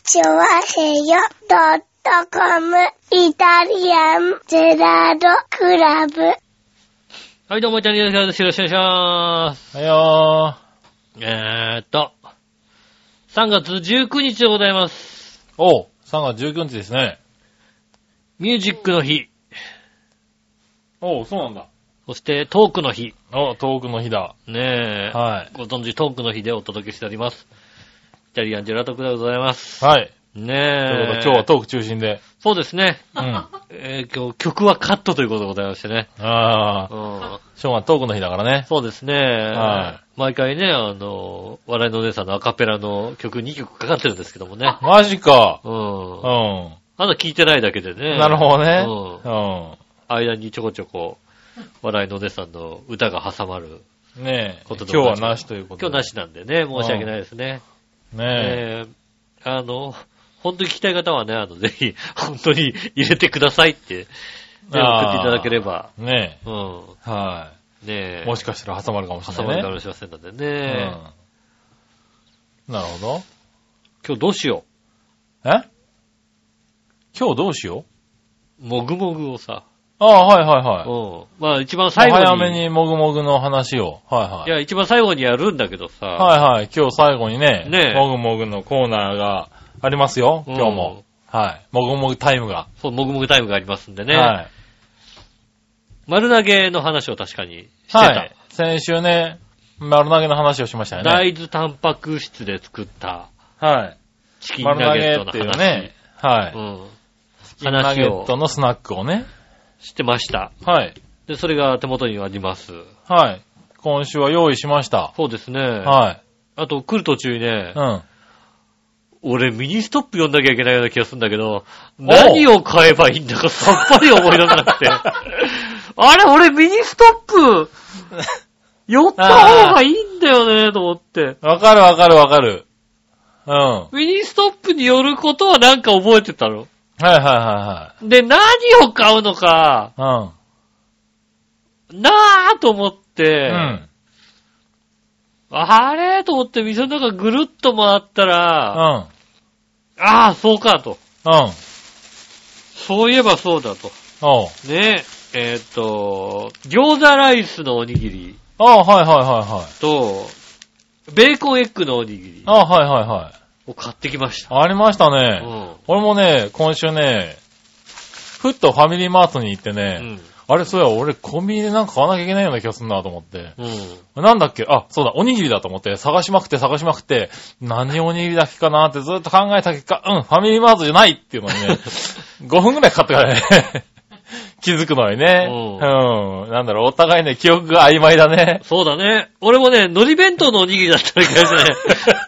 チョワヘヨ.com イタリアンゼラードクラブ。 はい、どうも、イタリアンゼラードです。よろしくお願いします。 はいよ 3月19日でございます。 おう、3月19日ですね。 ミュージックの日。 おう、そうなんだ。 そしてトークの日。 お、トークの日だ。 ねえ。 はい。 ご存知トークの日でお届けしております。イタリアンジェラートクラブでございます。 はい。 ねえ。 ということで今日はトーク中心で。 そうですね。 うん。 今日曲はカットということでございましてね。 ああ。 うん。 今日はトークの日だからね。 そうですね。 はい。 毎回ね、笑いのお姉さんのアカペラの曲2曲かかってるんですけどもね。 マジか。 うん。 うん。 あの聞いてないだけでね。 なるほどね。 うん。間にちょこちょこ、笑いのお姉さんの歌が挟まる。 ねえ。 今日はなしということで。 今日なしなんでね、申し訳ないですね。 ねえ。本当に聞きたい方はね、ぜひ、本当に入れてくださいって、ね、送っていただければ。 ねえ。 うん。 はい。 ねえ。 もしかしたら挟まるかもしれないね。 挟まるかもしれませんのでね。 うん。なるほど。 今日どうしよう。今日どうしよう。もぐもぐをさ。 ああ、はいはいはい。 うん。まあ一番最後に。 早めにもぐもぐの話を。はいはい。 いや、一番最後にやるんだけどさ。 はいはい。今日最後にね。 ねもぐもぐのコーナーがありますよ。今日も。はい。もぐもぐタイムが。 そう、もぐもぐタイムがありますんでね。 はい。 丸投げの話を確かにしてた。 はい。先週ね、丸投げの話をしましたよね。 大豆タンパク質で作った。 はい。 チキンナゲットの話。丸投げっていうね。 はい。 うん。 チキンナゲットのスナックをね。 してました。 はい。 で、それが手元にあります。 はい。今週は用意しました。 そうですね。 はい。 あと、来る途中にね、 うん。 俺、ミニストップ読んなきゃいけないような気がするんだけど、何を買えばいいんだかさっぱり思い出せなくて。あれ、俺、ミニストップ、寄った方がいいんだよね、と思って。 わかるわかるわかる。うん。 ミニストップに寄ることはなんか覚えてたの。 はいはいはいはい。 で、何を買うのか、なぁと思って、あれと思って店の中ぐるっと回ったら、ああ、そうかと。そういえばそうだと。ねえ、餃子ライスのおにぎり。 はいはいはいはい。 と、ベーコンエッグのおにぎり。 はいはいはい。 を買ってきました。 ありましたね。俺もね、今週ね、ふっとファミリーマートに行ってね、あれ、そうや、俺コンビニでなんか買わなきゃいけないような気がするなと思って。なんだっけ、あ、そうだ、おにぎりだと思って探しまくって、何おにぎりだっけかなってずっと考えた結果、ファミリーマートじゃないっていうのにね、5分くらいかかってからね、気づくのにね。なんだろう、お互いね、記憶が曖昧だね。 そうだね。俺もね、海苔弁当のおにぎりだった気がするね。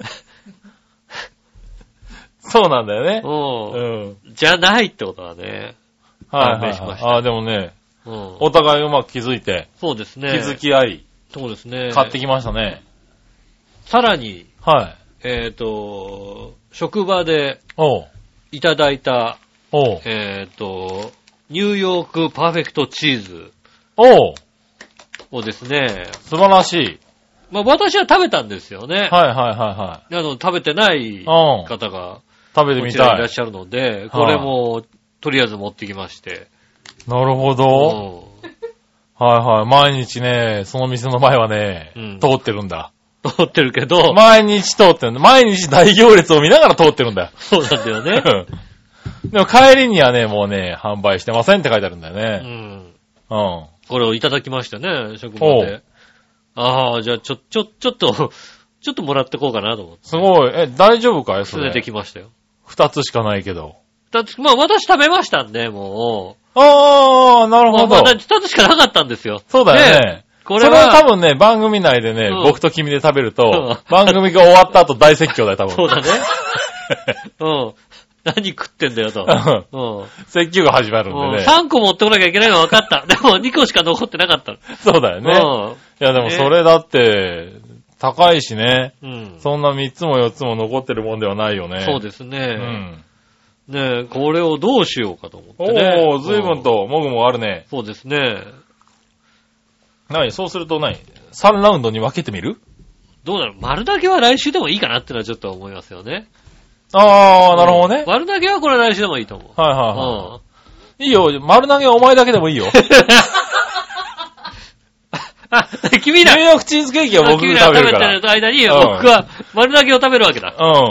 そうなんだよね。 じゃないってことはね。 判明しました。でもね、お互いうまく気づいて。 そうですね。 気づき合い。 そうですね。 買ってきましたね。 さらに、 はい。 職場でいただいた、ニューヨークパーフェクトチーズをですね。 素晴らしい。 まあ私は食べたんですよね。 はいはいはいはい。 食べてない方が、 食べてみたい。 いらっしゃるので、これも、とりあえず持ってきまして。 なるほど。はいはい。毎日ね、その店の前はね、通ってるんだ。 通ってるけど。 毎日通ってるんだ。毎日大行列を見ながら通ってるんだよ。 そうなんだよね。 でも帰りにはね、もうね、販売してませんって書いてあるんだよね。 これをいただきましたね、職場で。ああ、じゃあちょっともらってこうかなと思って。 すごい。大丈夫かいそれ。 連れてきましたよ。 2つしかないけど。 まあ私食べましたんで、もう。なるほど。 まだ2つしかなかったんですよ。 そうだよね。これは多分ね、番組内でね、僕と君で食べると、番組が終わった後大説教だよ、多分。 そうだね。何食ってんだよと。 説教が始まるんでね。 3個持ってこなきゃいけないのは分かった。でも2個しか残ってなかった。 そうだよね。いやでもそれだって、高いしね。そんな3つも4つも残ってるもんではないよね。 そうですね。ねえ、これをどうしようかと思ってね。 随分ともぐもあるね。 そうですね。 そうすると3ラウンドに分けてみる？ どうなの？丸だけは来週でもいいかなってのはちょっと思いますよね。 ああ、なるほどね。 丸投げはこれ来週でもいいと思う。 はいはいはい。いいよ、丸投げはお前だけでもいいよ。 君ら。 ニューヨークチーズケーキは僕が食べるから。 君ら食べてる間に、僕は丸投げを食べるわけだ。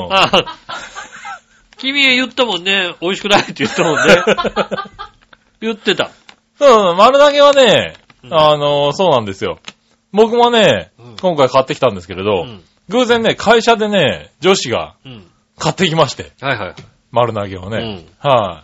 君言ったもんね、美味しくないって言ったもんね。言ってた。 丸投げはね、そうなんですよ。僕もね、今回買ってきたんですけれど、偶然ね、会社でね、女子が買ってきまして。はいはい。丸投げをね。はい。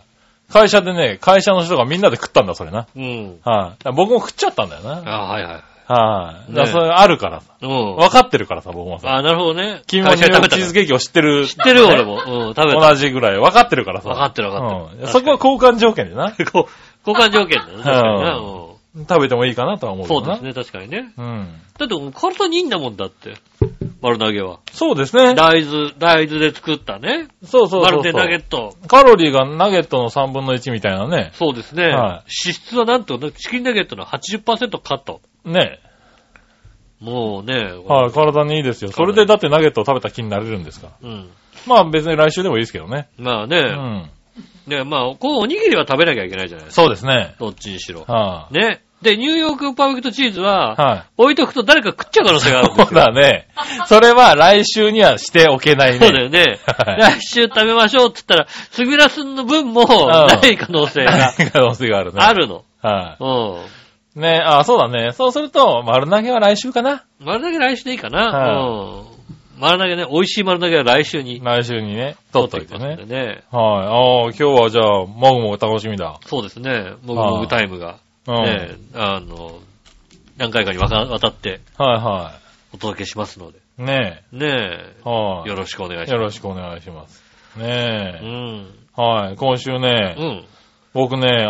会社でね、会社の人がみんなで食ったんだ、それな。はい。僕も食っちゃったんだよな。はいはい。はい。それあるからさ。分かってるからさ、僕もさ。 なるほどね。 君もニューヨークチーズケーキを知ってる。 知ってる俺も。食べた。 同じぐらい。分かってるからさ。 分かってる分かってる。 そこは交換条件でな。 交換条件だね。確かにな。 食べてもいいかなとは思うけどな。 そうですね、確かにね。だって体にいいんだもんだって。丸投げは。そうですね。 大豆で作ったね。 そう。 丸でナゲット。 カロリーがナゲットの3分の1みたいなね。 そうですね。脂質はなんと、チキンナゲットの 80% カット。 ね。 もうね。 はい、体にいいですよ。それでだってナゲットを食べた気になれるんですから。まあ別に来週でもいいですけどね。 まあね。ね、まあ、おにぎりは食べなきゃいけないじゃないですか。そうですね。 どっちにしろ。ね。で、ニューヨークパーフェクトチーズは、置いとくと誰か食っちゃう可能性があるんですよ。 そうだね。それは来週にはしておけないね。 そうだよね。来週食べましょうって言ったら、スグラスの分もない可能性が。 ない可能性があるね。 あるの。 ね、そうだね。そうすると、丸投げは来週かな。 丸投げ来週でいいかな。丸投げね、美味しい丸投げは来週に。 来週にね、取っといてね。はい。今日はじゃあ、もぐもぐ楽しみだ。 そうですね。もぐもぐタイムが。ね、何回かにわたって。お届けしますので。 ねよろしくお願いします。 よろしくお願いします。ねはい。今週ね、僕ね、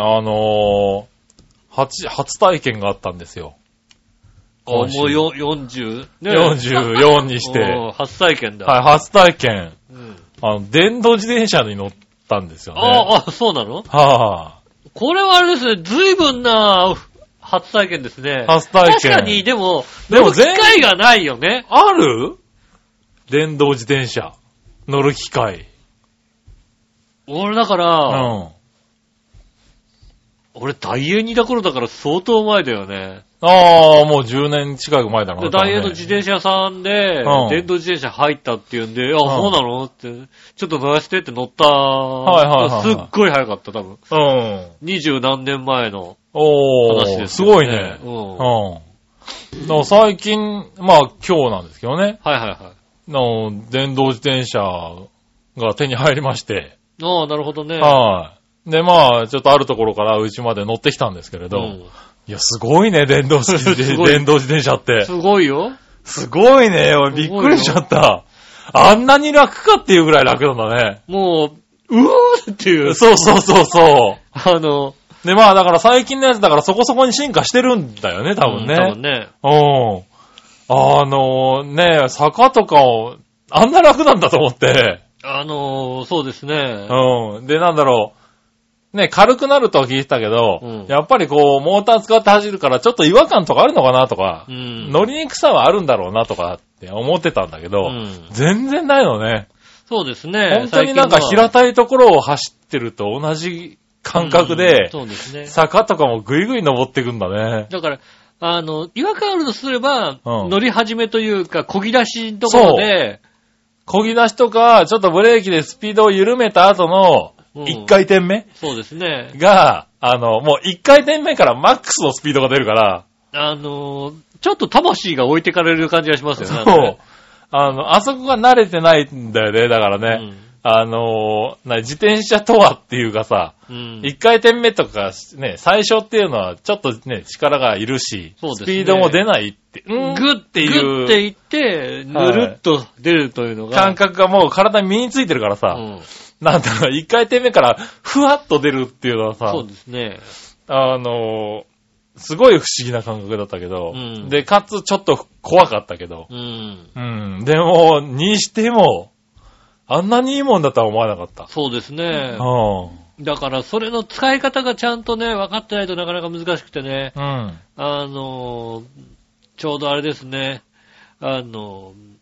初体験があったんですよ。 もう40、 ね。44にして。 初体験だ。 はい、初体験。電動自転車に乗ったんですよね。 そうなの？これはあれですね、随分な初体験ですね。 初体験。 確かに、でも機会がないよね。 ある？電動自転車。乗る機会。 俺だから、俺ダイエーにいた頃だから相当前だよね。 もう10年近く前だな。 ダイエーの自転車屋さんで、電動自転車入ったっていうんで、そうなのって、ちょっと乗らせてって乗った。すっごい早かった、多分。20何年前の話です。 すごいね。最近、まあ今日なんですけどね。電動自転車が手に入りまして。 なるほどね。 で、まあ、ちょっとあるところからうちまで乗ってきたんですけれど、いや、すごいね、電動自転車って。 すごいよ。 すごいね、びっくりしちゃった。あんなに楽かっていうぐらい楽なんだね。 もう、ーっていう。 そう。で、まあ、だから最近のやつだからそこそこに進化してるんだよね、多分ね。ね、坂とかを、あんな楽なんだと思って。 そうですね。 で、なんだろう。ね、軽くなるとは聞いてたけど、やっぱりこう、モーター使って走るからちょっと違和感とかあるのかなとか、乗りにくさはあるんだろうなとかって思ってたんだけど、全然ないのね。 そうですね。 本当になんか平たいところを走ってると同じ感覚で、坂とかもぐいぐい登っていくんだね。 だから、違和感あるとすれば、乗り始めというか、漕ぎ出しのところで、 漕ぎ出しとか、ちょっとブレーキでスピードを緩めた後の、1回転目そうですね。 が、もう1回転目からマックスのスピードが出るから、 ちょっと魂が置いてかれる感じがしますよね。 そう。あそこが慣れてないんだよね、だからね。自転車とはっていうかさ、1回転目とかね、最初っていうのはちょっとね、力がいるし、スピードも出ないって、 グッていって、ぬるっと出るというのが。 感覚がもう体に身についてるからさ、なんだろう、1回転目からふわっと出るっていうのはさ、 そうですね。 すごい不思議な感覚だったけど、で、かつちょっと怖かったけど、でも、にしても、あんなにいいもんだとは思わなかった。 そうですね。だから、それの使い方がちゃんとね、分かってないとなかなか難しくてね。ちょうどあれですね。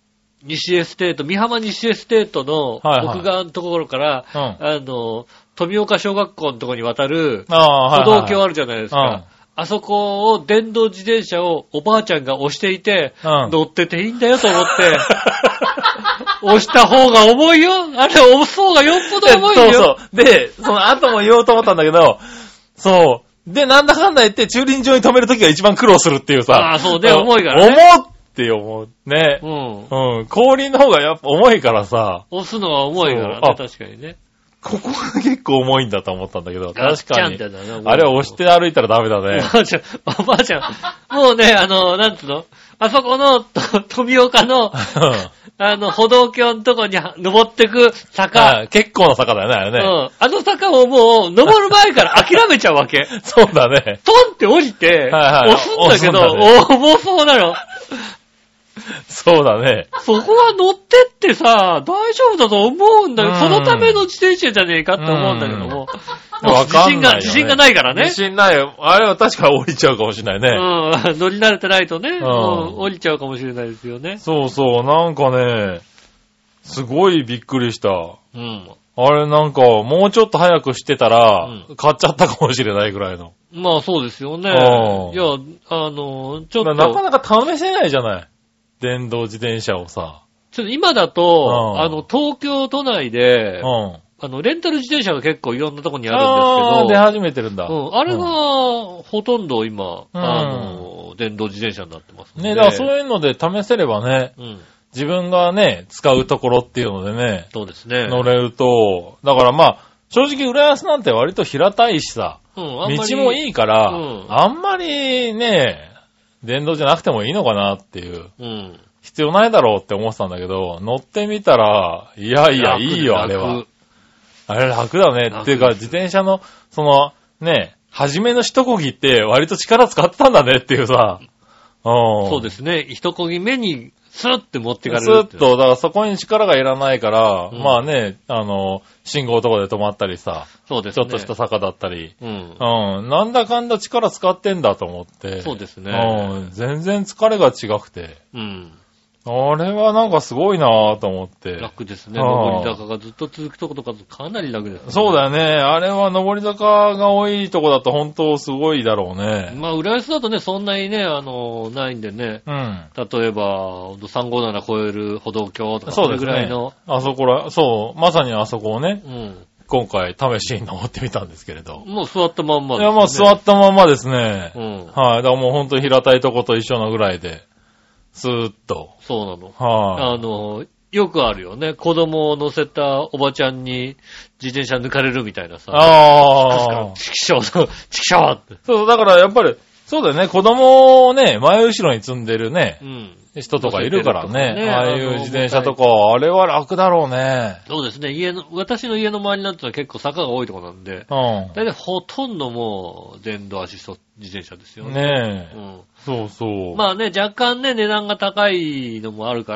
西エステート、美浜西エステートの奥側のところから、富岡小学校のところに渡る歩道橋あるじゃないですか。あそこを電動自転車をおばあちゃんが押していて、乗ってていいんだよと思って、押した方が重いよ。あれ押す方がよっぽど重いよ。 そう。で、その後も言おうと思ったんだけど、そう。で、なんだかんだ言って駐輪場に止めるときが一番苦労するっていうさ。 ああ、そうね、重いからね。重って思う。ね。後輪の方がやっぱ重いからさ。 押すのは重いからね、確かにね。 ここが結構重いんだと思ったんだけど、確かに。あれは押して歩いたらダメだね。 おばあちゃん。もうね、なんつうのあそこの、富岡の、歩道橋のとこに登ってく坂。 結構な坂だよね、あれね。 あの坂をもう、登る前から諦めちゃうわけ。 そうだね。 トンって降りて、押すんだけど、重そうなの。 そうだね。 そこは乗ってってさ、大丈夫だと思うんだけど、そのための自転車じゃねえかって思うんだけども。自信がないからね。 自信ないよ。あれは確かに降りちゃうかもしれないね。 乗り慣れてないとね、降りちゃうかもしれないですよね。 そうそう、なんかね、すごいびっくりした。あれなんか、もうちょっと早くしてたら、買っちゃったかもしれないぐらいの。 まあそうですよね。いや、ちょっと。 なかなか試せないじゃない。電動自転車をさ。 ちょっと今だと、東京都内で、レンタル自転車が結構いろんなとこにあるんですけど。 出始めてるんだ。 あれが、ほとんど今、電動自転車になってますね。 だからそういうので試せればね、自分がね、使うところっていうのでね、 そうですね。 乗れると、だからまあ、正直浦安なんて割と平たいしさ、道もいいから、あんまりね、電動じゃなくてもいいのかなっていう。必要ないだろうって思ってたんだけど、乗ってみたら、いや、いいよ、あれは。あれ楽だね。っていうか、自転車の、初めの一漕ぎって割と力使ってたんだねっていうさ。 そうですね。一漕ぎ目に、スッって持ってかれる。 スッと、だからそこに力がいらないから、まあね、信号とかで止まったりさ。 そうですね。 ちょっとした坂だったり。なんだかんだ力使ってんだと思って。 そうですね。 全然疲れが違くて。あれはなんかすごいなぁと思って。 楽ですね。上り坂がずっと続くとことかかなり楽ですね。 そうだよね。あれは上り坂が多いとこだと本当すごいだろうね。 まあ、浦安だとね、そんなにね、ないんでね。例えば、357超える歩道橋とか、それぐらいの。 あそこら、そう、まさにあそこをね。今回試しに登ってみたんですけれど。 もう座ったまんまですね。 いや、もう座ったまんまですね。はい。だからもう本当に平たいとこと一緒のぐらいで。スーッと。 そうなの。よくあるよね。子供を乗せたおばちゃんに自転車抜かれるみたいなさ。チキショーって。 そう、だからやっぱり、そうだよね。子供をね、前後ろに積んでるね。人とかいるからね。ああいう自転車とか、あれは楽だろうね。 そうですね。私の家の周りなんてのは結構坂が多いところなんで。だいたいほとんどもう電動アシスト自転車ですよね。 ねえ。そうそう。 まあね、若干ね、値段が高いのもあるから、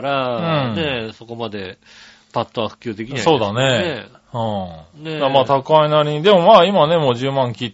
ね、そこまでパッとは普及できないですね。 そうだね。まあ高いなりに。でもまあ今ね、もう10万切って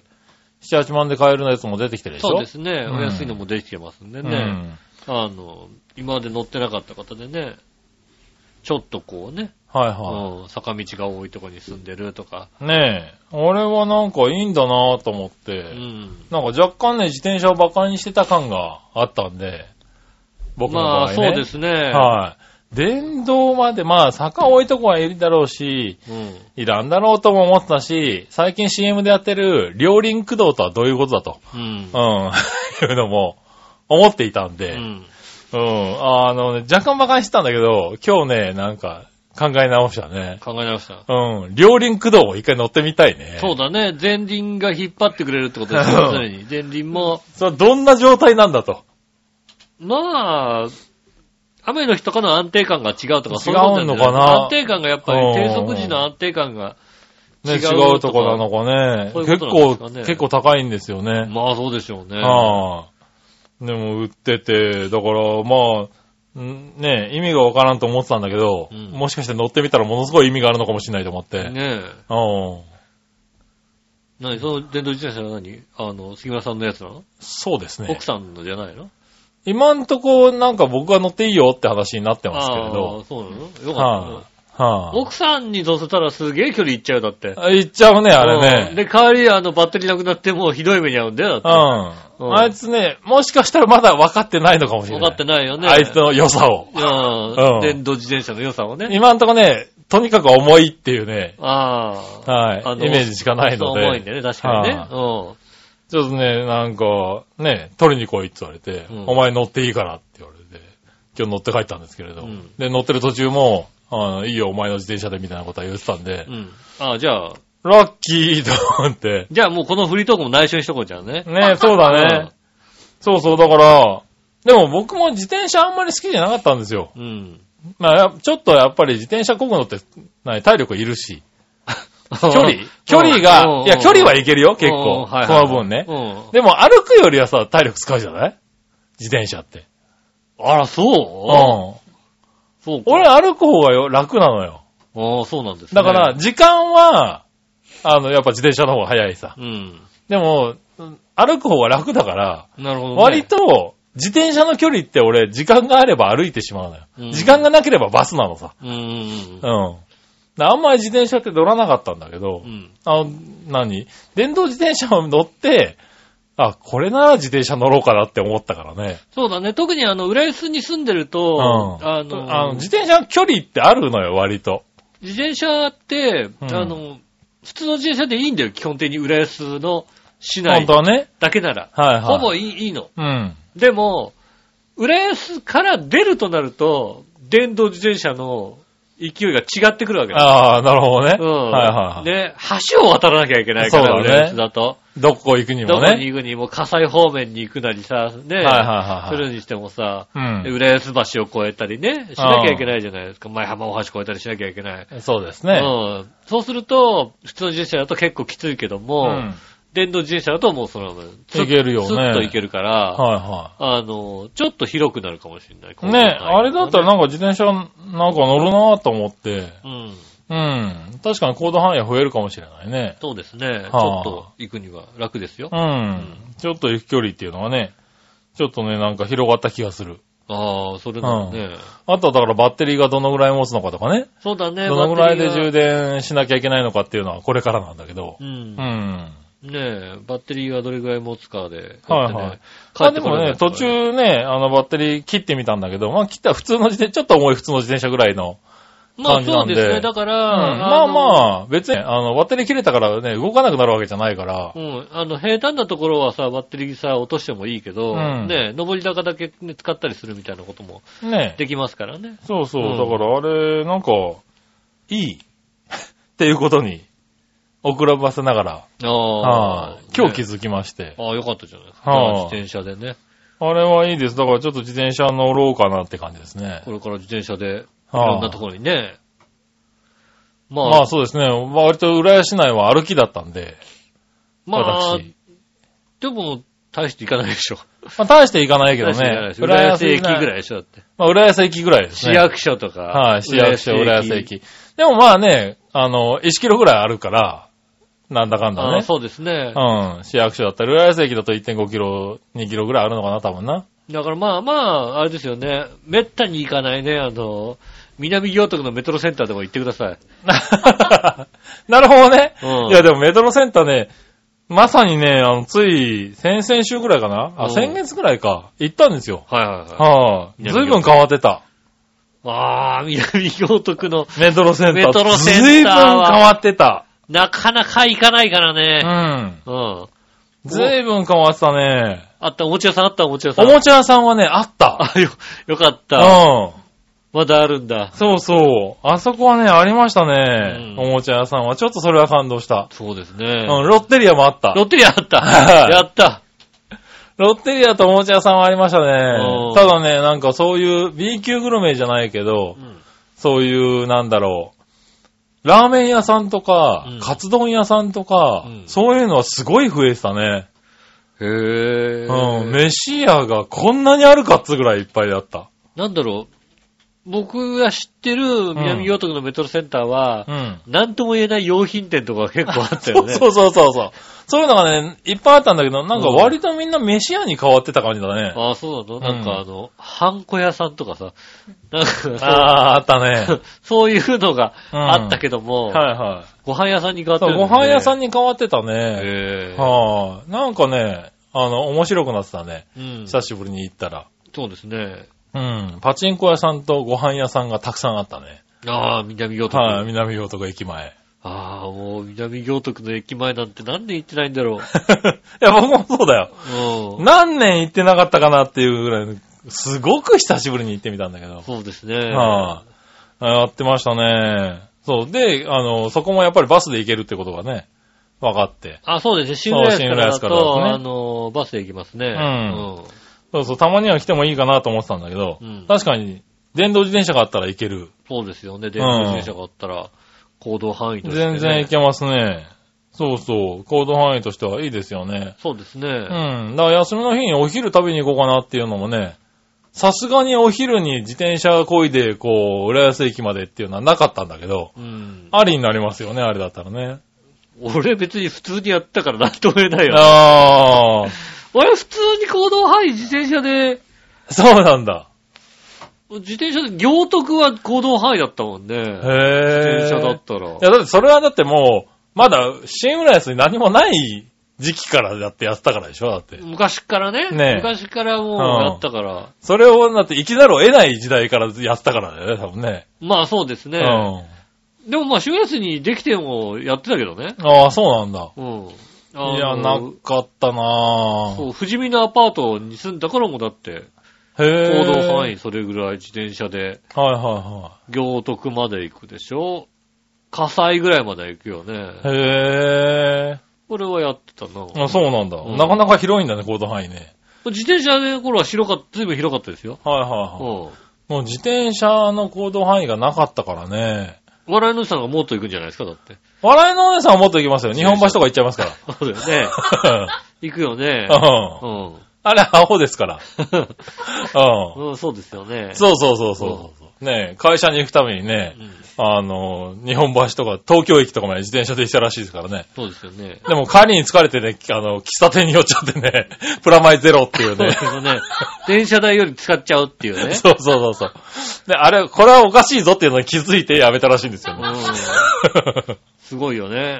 、7、8万で買えるやつも出てきてるでしょ。 そうですね。お安いのも出てきてますんでね。今まで乗ってなかった方でね、ちょっとこうね、坂道が多いところに住んでるとか。 ねえ、俺はなんかいいんだなぁと思って、なんか若干ね、自転車を馬鹿にしてた感があったんで、僕の場合ね。 まあそうですね。 電動まで、まあ坂多いとこはいるだろうし、いらんだろうとも思ったし、最近 CM でやってる両輪駆動とはどういうことだと、いうのも思っていたんで、若干馬鹿にしてたんだけど、今日ね、なんか考え直したね。 考え直した。 両輪駆動を一回乗ってみたいね。 そうだね。前輪が引っ張ってくれるってことですよ、常に。前輪も。 それどんな状態なんだと。 まあ、雨の日とかの安定感が違うとか、 そういうこと違うのかな。 安定感がやっぱり低速時の安定感が違うとこなのかね。結構高いんですよね。 まあそうでしょうね。 でも売ってて、だからまあ、ね意味がわからんと思ってたんだけど、もしかして乗ってみたらものすごい意味があるのかもしれないと思って。 その電動自転車は何杉村さんのやつなの？ そうですね。 奥さんのじゃないの？ 今んとこなんか僕が乗っていいよって話になってますけれど。 そうなの？よかった。奥さんに乗せたらすげえ距離行っちゃうだって。 行っちゃうね、あれね。 で、帰りバッテリーなくなってもうひどい目に遭うんだよ、だって。 あいつね、もしかしたらまだ分かってないのかもしれない。 分かってないよね。 あいつの良さを。 電動自転車の良さをね。 今んとこね、とにかく重いっていうね。 はい。 イメージしかないので。 重いんだよね、確かにね。 ちょっとね、なんか、ね、取りに来いって言われて、お前乗っていいからって言われて、今日乗って帰ったんですけれど。で、乗ってる途中も、いいよ、お前の自転車でみたいなことは言ってたんで。 じゃあ。 ラッキーと思って。 じゃあもうこのフリートークも内緒にしとこうじゃんね。 ね、そうだね。そうそう、だから、でも僕も自転車あんまり好きじゃなかったんですよ。まあ、ちょっとやっぱり自転車漕ぐのって体力いるし。距離が、いや、距離はいけるよ、結構。その分ね。でも歩くよりはさ、体力使うじゃない？自転車って。 あら、そう？ そうか。俺歩く方が楽なのよ。 そうなんですね。 だから、時間は、やっぱ自転車の方が早いさ。でも、歩く方が楽だから、 なるほどね。 割と、自転車の距離って俺、時間があれば歩いてしまうのよ。時間がなければバスなのさ。あんまり自転車って乗らなかったんだけど、電動自転車を乗って、これなら自転車乗ろうかなって思ったからね。 そうだね。特に浦安に住んでると、 自転車の距離ってあるのよ、割と。 自転車って、普通の自転車でいいんだよ、基本的に浦安の市内だけなら。ほぼいいの。でも、浦安から出るとなると、電動自転車の勢いが違ってくるわけだ。 なるほどね。 で、橋を渡らなきゃいけないから、浦安だと。 どこ行くにもね。 どこに行くにも、葛西方面に行くなりさ、ね、するにしてもさ、浦安橋を越えたりね、しなきゃいけないじゃないですか。前浜大橋越えたりしなきゃいけない。 そうですね。 そうすると、普通の自転車だと結構きついけども、電動自転車だともうその、 いけるよね。 スッといけるから、ちょっと広くなるかもしれない。 ね、あれだったらなんか自転車なんか乗るなぁと思って、確かに行動範囲は増えるかもしれないね。 そうですね。ちょっと行くには楽ですよ。 ちょっと行く距離っていうのはね、ちょっとね、なんか広がった気がする。 それなのね。 あとはだからバッテリーがどのぐらい持つのかとかね。 そうだね。 どのぐらいで充電しなきゃいけないのかっていうのはこれからなんだけど。 ねえ、バッテリーがどれぐらい持つかで。 でもね、途中ね、バッテリー切ってみたんだけど、切ったら普通のちょっと重い普通の自転車ぐらいの感じなんで。 そうですね、だから、 別に、バッテリー切れたからね、動かなくなるわけじゃないから。 平坦なところはさ、バッテリーさ、落としてもいいけど、ね、上り坂だけ使ったりするみたいなことも、できますからね。 そうそう、だからあれ、なんか、いいっていうことに、遅らばせながら、今日気づきまして。 よかったじゃないですか。自転車でね。 あれはいいです。だからちょっと自転車乗ろうかなって感じですね。 これから自転車で、いろんなところにね。 そうですね。割と浦安市内は歩きだったんで。 でも、大して行かないでしょ。 大して行かないけどね。 浦安駅ぐらいでしょだって。 浦安駅ぐらいですね。 市役所とか。 市役所、浦安駅。でもね、1キロぐらいあるから、なんだかんだね。 そうですね。 市役所だったら、浦安駅だと 1.5 キロ、2キロぐらいあるのかな、多分な。 だからあれですよね。めったに行かないね、南行徳のメトロセンターでも行ってください。 なるほどね。いや、でもメトロセンターね、まさにね、つい、先々週ぐらいかな先月ぐらいか。行ったんですよ。ずいぶん変わってた。 南行徳のメトロセンター。ずいぶん変わってた。 なかなか行かないからね。 ずいぶん変わってたね。 おもちゃ屋さんあった？おもちゃ屋さん。 おもちゃ屋さんはね、あった。 よかった。まだあるんだ。 そうそう。あそこはね、ありましたね。おもちゃ屋さんは。ちょっとそれは感動した。 そうですね。 ロッテリアもあった。 ロッテリアあった。やった。 ロッテリアとおもちゃ屋さんはありましたね。ただね、なんかそういう B 級グルメじゃないけど、そういう、なんだろう。ラーメン屋さんとか、カツ丼屋さんとか、そういうのはすごい増えてたね。飯屋がこんなにあるかっつぐらいいっぱいだった。 なんだろう。 僕が知ってる南行徳のメトロセンターは、なんとも言えない用品店とか結構あったよね。 そう。そういうのがね、いっぱいあったんだけど、なんか割とみんな飯屋に変わってた感じだね。 ああ、そうなの？なんかハンコ屋さんとかさ。なんかあったね。 そういうのがあったけども、 はいはい。 ご飯屋さんに変わってるんですね。ご飯屋さんに変わってたね。 はあ。なんかね、面白くなってたね。久しぶりに行ったら。 そうですね。 パチンコ屋さんとご飯屋さんがたくさんあったね。 ああ、南行徳。 はい、南行徳駅前。 ああ、もう南行徳の駅前なんて何年行ってないんだろう。いや、僕もそうだよ。何年行ってなかったかなっていうぐらい、すごく久しぶりに行ってみたんだけど。 そうですね。 やってましたね。そう。で、そこもやっぱりバスで行けるってことがね、分かって。 あ、そうですね。新浦安からだと、バスで行きますね。 そう、たまには来てもいいかなと思ってたんだけど、確かに、電動自転車があったら行ける。 そうですよね。電動自転車があったら、行動範囲として、 全然行けますね。そうそう。行動範囲としてはいいですよね。 そうですね。 だから休みの日にお昼食べに行こうかなっていうのもね、さすがにお昼に自転車漕いで、浦安駅までっていうのはなかったんだけど、ありになりますよね、あれだったらね。 俺別に普通にやったからなんとも言えないよ、 ね。 俺普通に行動範囲自転車で。 そうなんだ。 自転車で、行徳は行動範囲だったもんね。自転車だったら。いや、だってそれはだってもう、まだ新浦安に何もない時期からやってたからでしょだって。 昔からね。昔からもうやったから。 それをだって生きざるを得ない時代からやったからだよね、多分ね。 まあそうですね。でもまあ新浦安にできてもやってたけどね。 ああ、そうなんだ。いや、なかったなぁ。 そう、富士見のアパートに住んだからもだって。行動範囲それぐらい自転車で。行徳まで行くでしょ。葛西ぐらいまで行くよね。これはやってたな。 あ、そうなんだ。なかなか広いんだね、行動範囲ね。 自転車の頃はずいぶん広かったですよ。 もう自転車の行動範囲がなかったからね。 笑いのおじさんがもっと行くんじゃないですか、だって。 笑いのおじさんはもっと行きますよ。日本橋とか行っちゃいますから。 そうだよね。行くよね。 あれ、アホですから。 そうですよね。 そう。ね会社に行くためにね、日本橋とか東京駅とかまで自転車で行ったらしいですからね。 そうですよね。 でも帰りに疲れてね、喫茶店に寄っちゃってね、プラマイゼロっていうね。 そうですよね。電車代より使っちゃうっていうね。 そう。で、これはおかしいぞっていうのに気づいてやめたらしいんですよね。 すごいよね。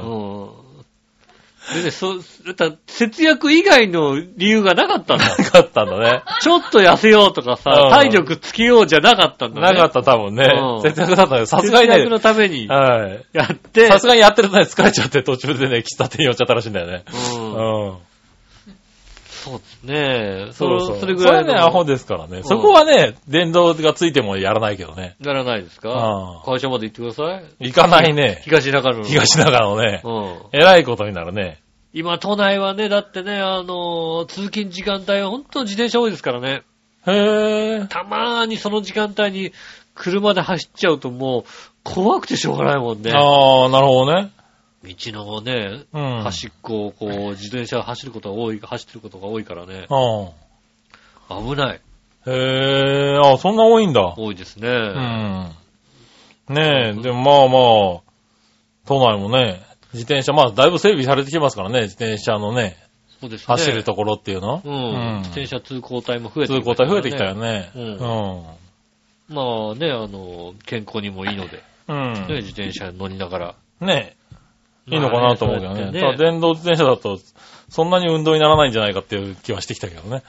でね、節約以外の理由がなかったんだ。 なかったんだね。 ちょっと痩せようとかさ、体力つけようじゃなかったんだね。 なかった多分ね。節約だったよ。さすがにね。 節約のために。やって。 さすがにやってるとね、疲れちゃって途中でね、喫茶店に寄っちゃったらしいんだよね。 そうですね。 それぐらい。それね、アホですからね。そこはね、電動がついてもやらないけどね。 やらないですか？会社まで行ってください。 行かないね。 東中野のね。えらいことになるね。 今、都内はね、だってね、通勤時間帯は本当自転車多いですからね。たまーにその時間帯に車で走っちゃうともう怖くてしょうがないもんね。 ああ、なるほどね。 道のね、端っこを自転車走ってることが多いからね。危ない。 そんな多いんだ。 多いですね。 ねえ、でもまあ、都内もね、自転車、まあ、だいぶ整備されてきますからね、自転車のね。 そうですね。 走るところっていうの。 自転車通行帯も増えてきた、ね。 通行帯増えてきたよね。 まあね、健康にもいいので。自転車乗りながら。 ねいいのかなと思うけどね。ただ電動自転車だと、そんなに運動にならないんじゃないかっていう気はしてきたけどね。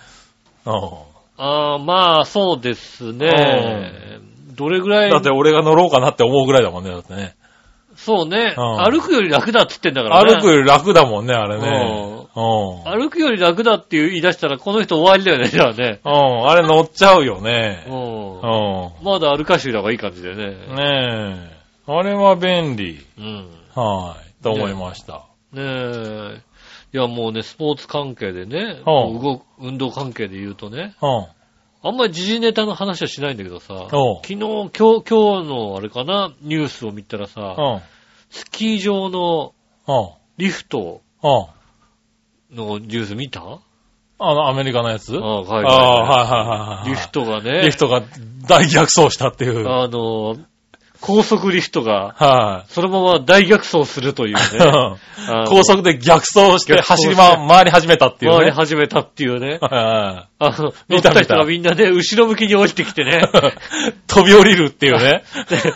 まあ、そうですね。どれぐらい。 だって俺が乗ろうかなって思うぐらいだもんね、だってね。 そうね。歩くより楽だって言ってんだからね。 歩くより楽だもんね、あれね。 歩くより楽だって言い出したら、この人終わりだよね、じゃあね。 あれ乗っちゃうよね。 まだ歩かしてた方がいい感じだよね。 ねえ。あれは便利。と思いました。 ねえ。いや、もうね、スポーツ関係でね、運動関係で言うとね、あんまり時事ネタの話はしないんだけどさ、昨日、今日のあれかな、ニュースを見たらさ、スキー場のリフトのニュース見た？ アメリカのやつ？ はいはいはい。 リフトがね。 リフトが大逆走したっていう。 高速リフトが、 はい。 そのまま大逆走するというね。 高速で逆走して回り始めたっていうね。 回り始めたっていうね。 はい。 乗った人がみんなね、後ろ向きに降りてきてね。 飛び降りるっていうね。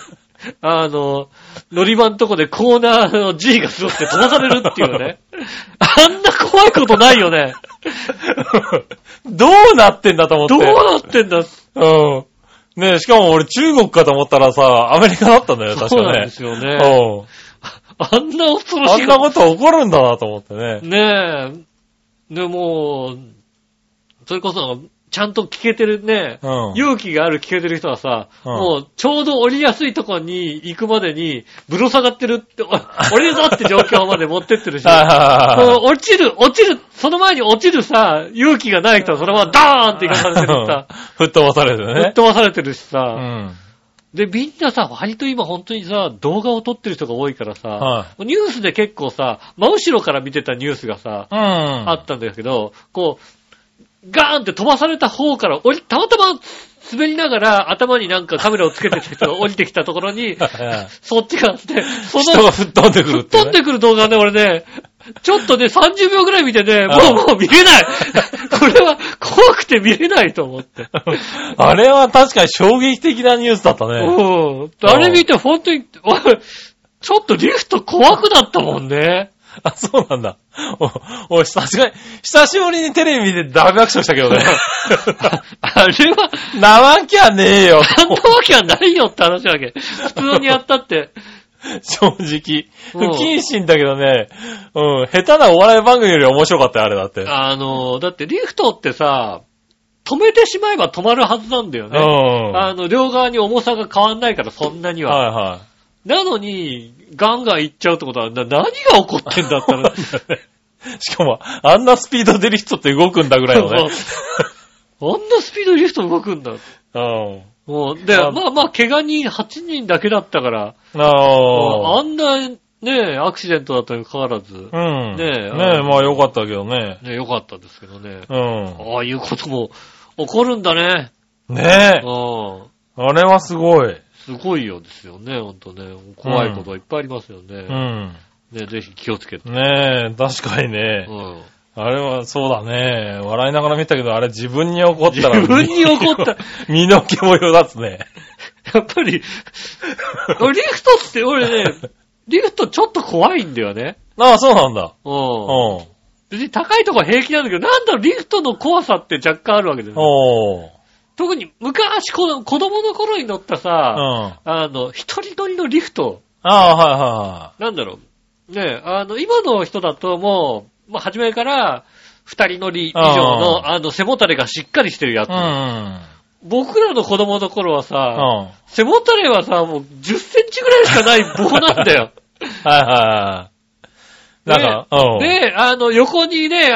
乗り場のとこでコーナーの G がすごって飛ばされるっていうね。あんな怖いことないよね。 どうなってんだと思って。 どうなってんだ。 うん。ねえ、しかも俺中国かと思ったらさ、アメリカだったんだよ、確かね。 そうなんですよね。あんな恐ろしい。 あんなこと起こるんだなと思ってね。 ねえ。でも、それこそ、ちゃんと聞けてるね、勇気がある聞けてる人はさ、もうちょうど降りやすいところに行くまでにぶら下がってるって、降りるぞって状況まで持ってってるし、落ちる、その前に落ちるさ、勇気がない人はそのままダーンって行かされてるさ、 吹っ飛ばされてるね。 吹っ飛ばされてるしさ、で、みんなさ、割と今本当にさ、動画を撮ってる人が多いからさ、ニュースで結構さ、真後ろから見てたニュースがさ、あったんだけど、こう、ガーンって飛ばされた方からたまたま滑りながら頭になんかカメラをつけてた人が降りてきたところに、そっちがあって、 人が吹っ飛んでくるって、 吹っ飛んでくる動画ね、俺ね、ちょっとね、30秒ぐらい見てね、もう見れないこれは怖くて見れないと思って。 あれは確かに衝撃的なニュースだったね。 あれ見て本当に、ちょっとリフト怖くなったもんね。 あ、そうなんだ。おい、久しぶりにテレビ見て大爆笑したけどね。 あれは、 なわけはねえよ。 あんなわけはないよって話だけ。普通にやったって。 正直。不謹慎だけどね、下手なお笑い番組より面白かったよ、あれだって。 だってリフトってさ、止めてしまえば止まるはずなんだよね。両側に重さが変わんないから、そんなには。はいはい。なのに、ガンガン行っちゃうってことは、何が起こってんだったら。 しかも、あんなスピードでリフトって動くんだぐらいのね。あんなスピードでリフト動くんだ。もう、で、まあ、怪我人8人だけだったから。あんな、ねアクシデントだったにもかかわらず。ねまあよかったけどね。 よかったですけどね。ああいうことも起こるんだね。 ねえ。あれはすごい。 すごいようですよね、ほんとね。怖いことはいっぱいありますよね。ね、ぜひ気をつけて。 ねえ、確かにね。あれはそうだね。笑いながら見たけど、あれ自分に起こったら。 自分に起こった。 身の毛もよだつね。 やっぱり、リフトって俺ね、リフトちょっと怖いんだよね。 ああ、そうなんだ。 別に高いとこは平気なんだけど、なんだろう、リフトの怖さって若干あるわけですよ。特に昔子供の頃に乗ったさ、一人乗りのリフト。なんだろう。ね、今の人だともう、初めから二人乗り以上の、背もたれがしっかりしてるやつ。僕らの子供の頃はさ、背もたれはさ、もう10センチぐらいしかない棒なんだよ。なんか、で、横にね、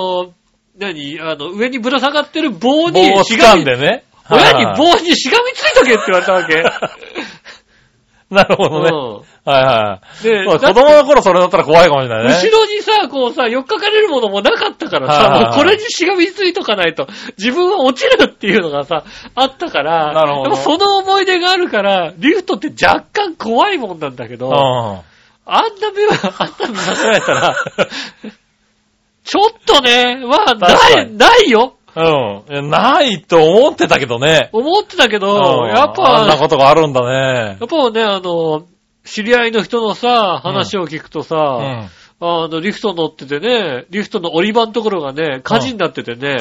上にぶら下がってる棒にしがみ、ね、 親に棒にしがみついとけって言われたわけ。 なるほどね。で、子供の頃それだったら怖いかもしれないね。 後ろにさ、こうさ、寄っかかれるものもなかったからさ、もうこれにしがみついとかないと、自分は落ちるっていうのがさ、あったから、なるほど。でもその思い出があるから、リフトって若干怖いもんなんだけど、あんな目させられたら、ちょっとね、ないよ。 ないと思ってたけどね。 思ってたけど、やっぱ、 あんなことがあるんだね。 やっぱね、知り合いの人のさ、話を聞くとさ、リフト乗っててね、リフトの降り場のところがね、火事になっててね、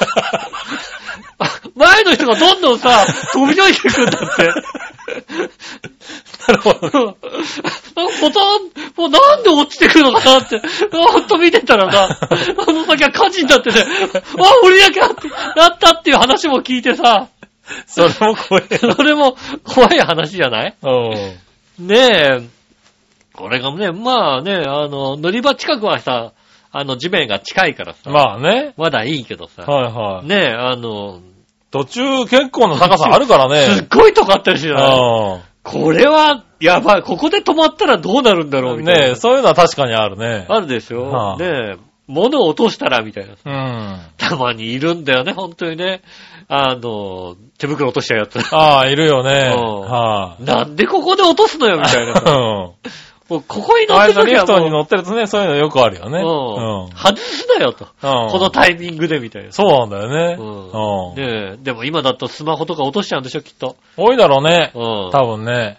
前の人がどんどんさ、飛び降りていくんだって。 なるほど。 もうなんで落ちてくるのかなって、ほんと見てたらさ、あの先は火事になってて、降りなきゃってなったっていう話も聞いてさ、 それも怖い。 それも怖い話じゃない？ねえ、これがね、まあね、乗り場近くはさ、地面が近いからさ、 まあね。 まだいいけどさ、ねえ、 途中結構な高さあるからね。 すっごいとこあったりしてない？これは、やばい。ここで止まったらどうなるんだろうみたいな。 ねえ、そういうのは確かにあるね。 あるでしょ。ねえ。 物を落としたらみたいな。 うん。 たまにいるんだよね、本当にね。手袋落としちゃうやつ。 ああ、いるよね。はあ、なんでここで落とすのよ、みたいな。もうここに乗ってる時はリフトに乗ってるとね、そういうのよくあるよね。 外すなよと。このタイミングでみたいな。 そうなんだよね。 ねえ、でも今だとスマホとか落としちゃうんでしょ、きっと。 多いだろうね。多分ね。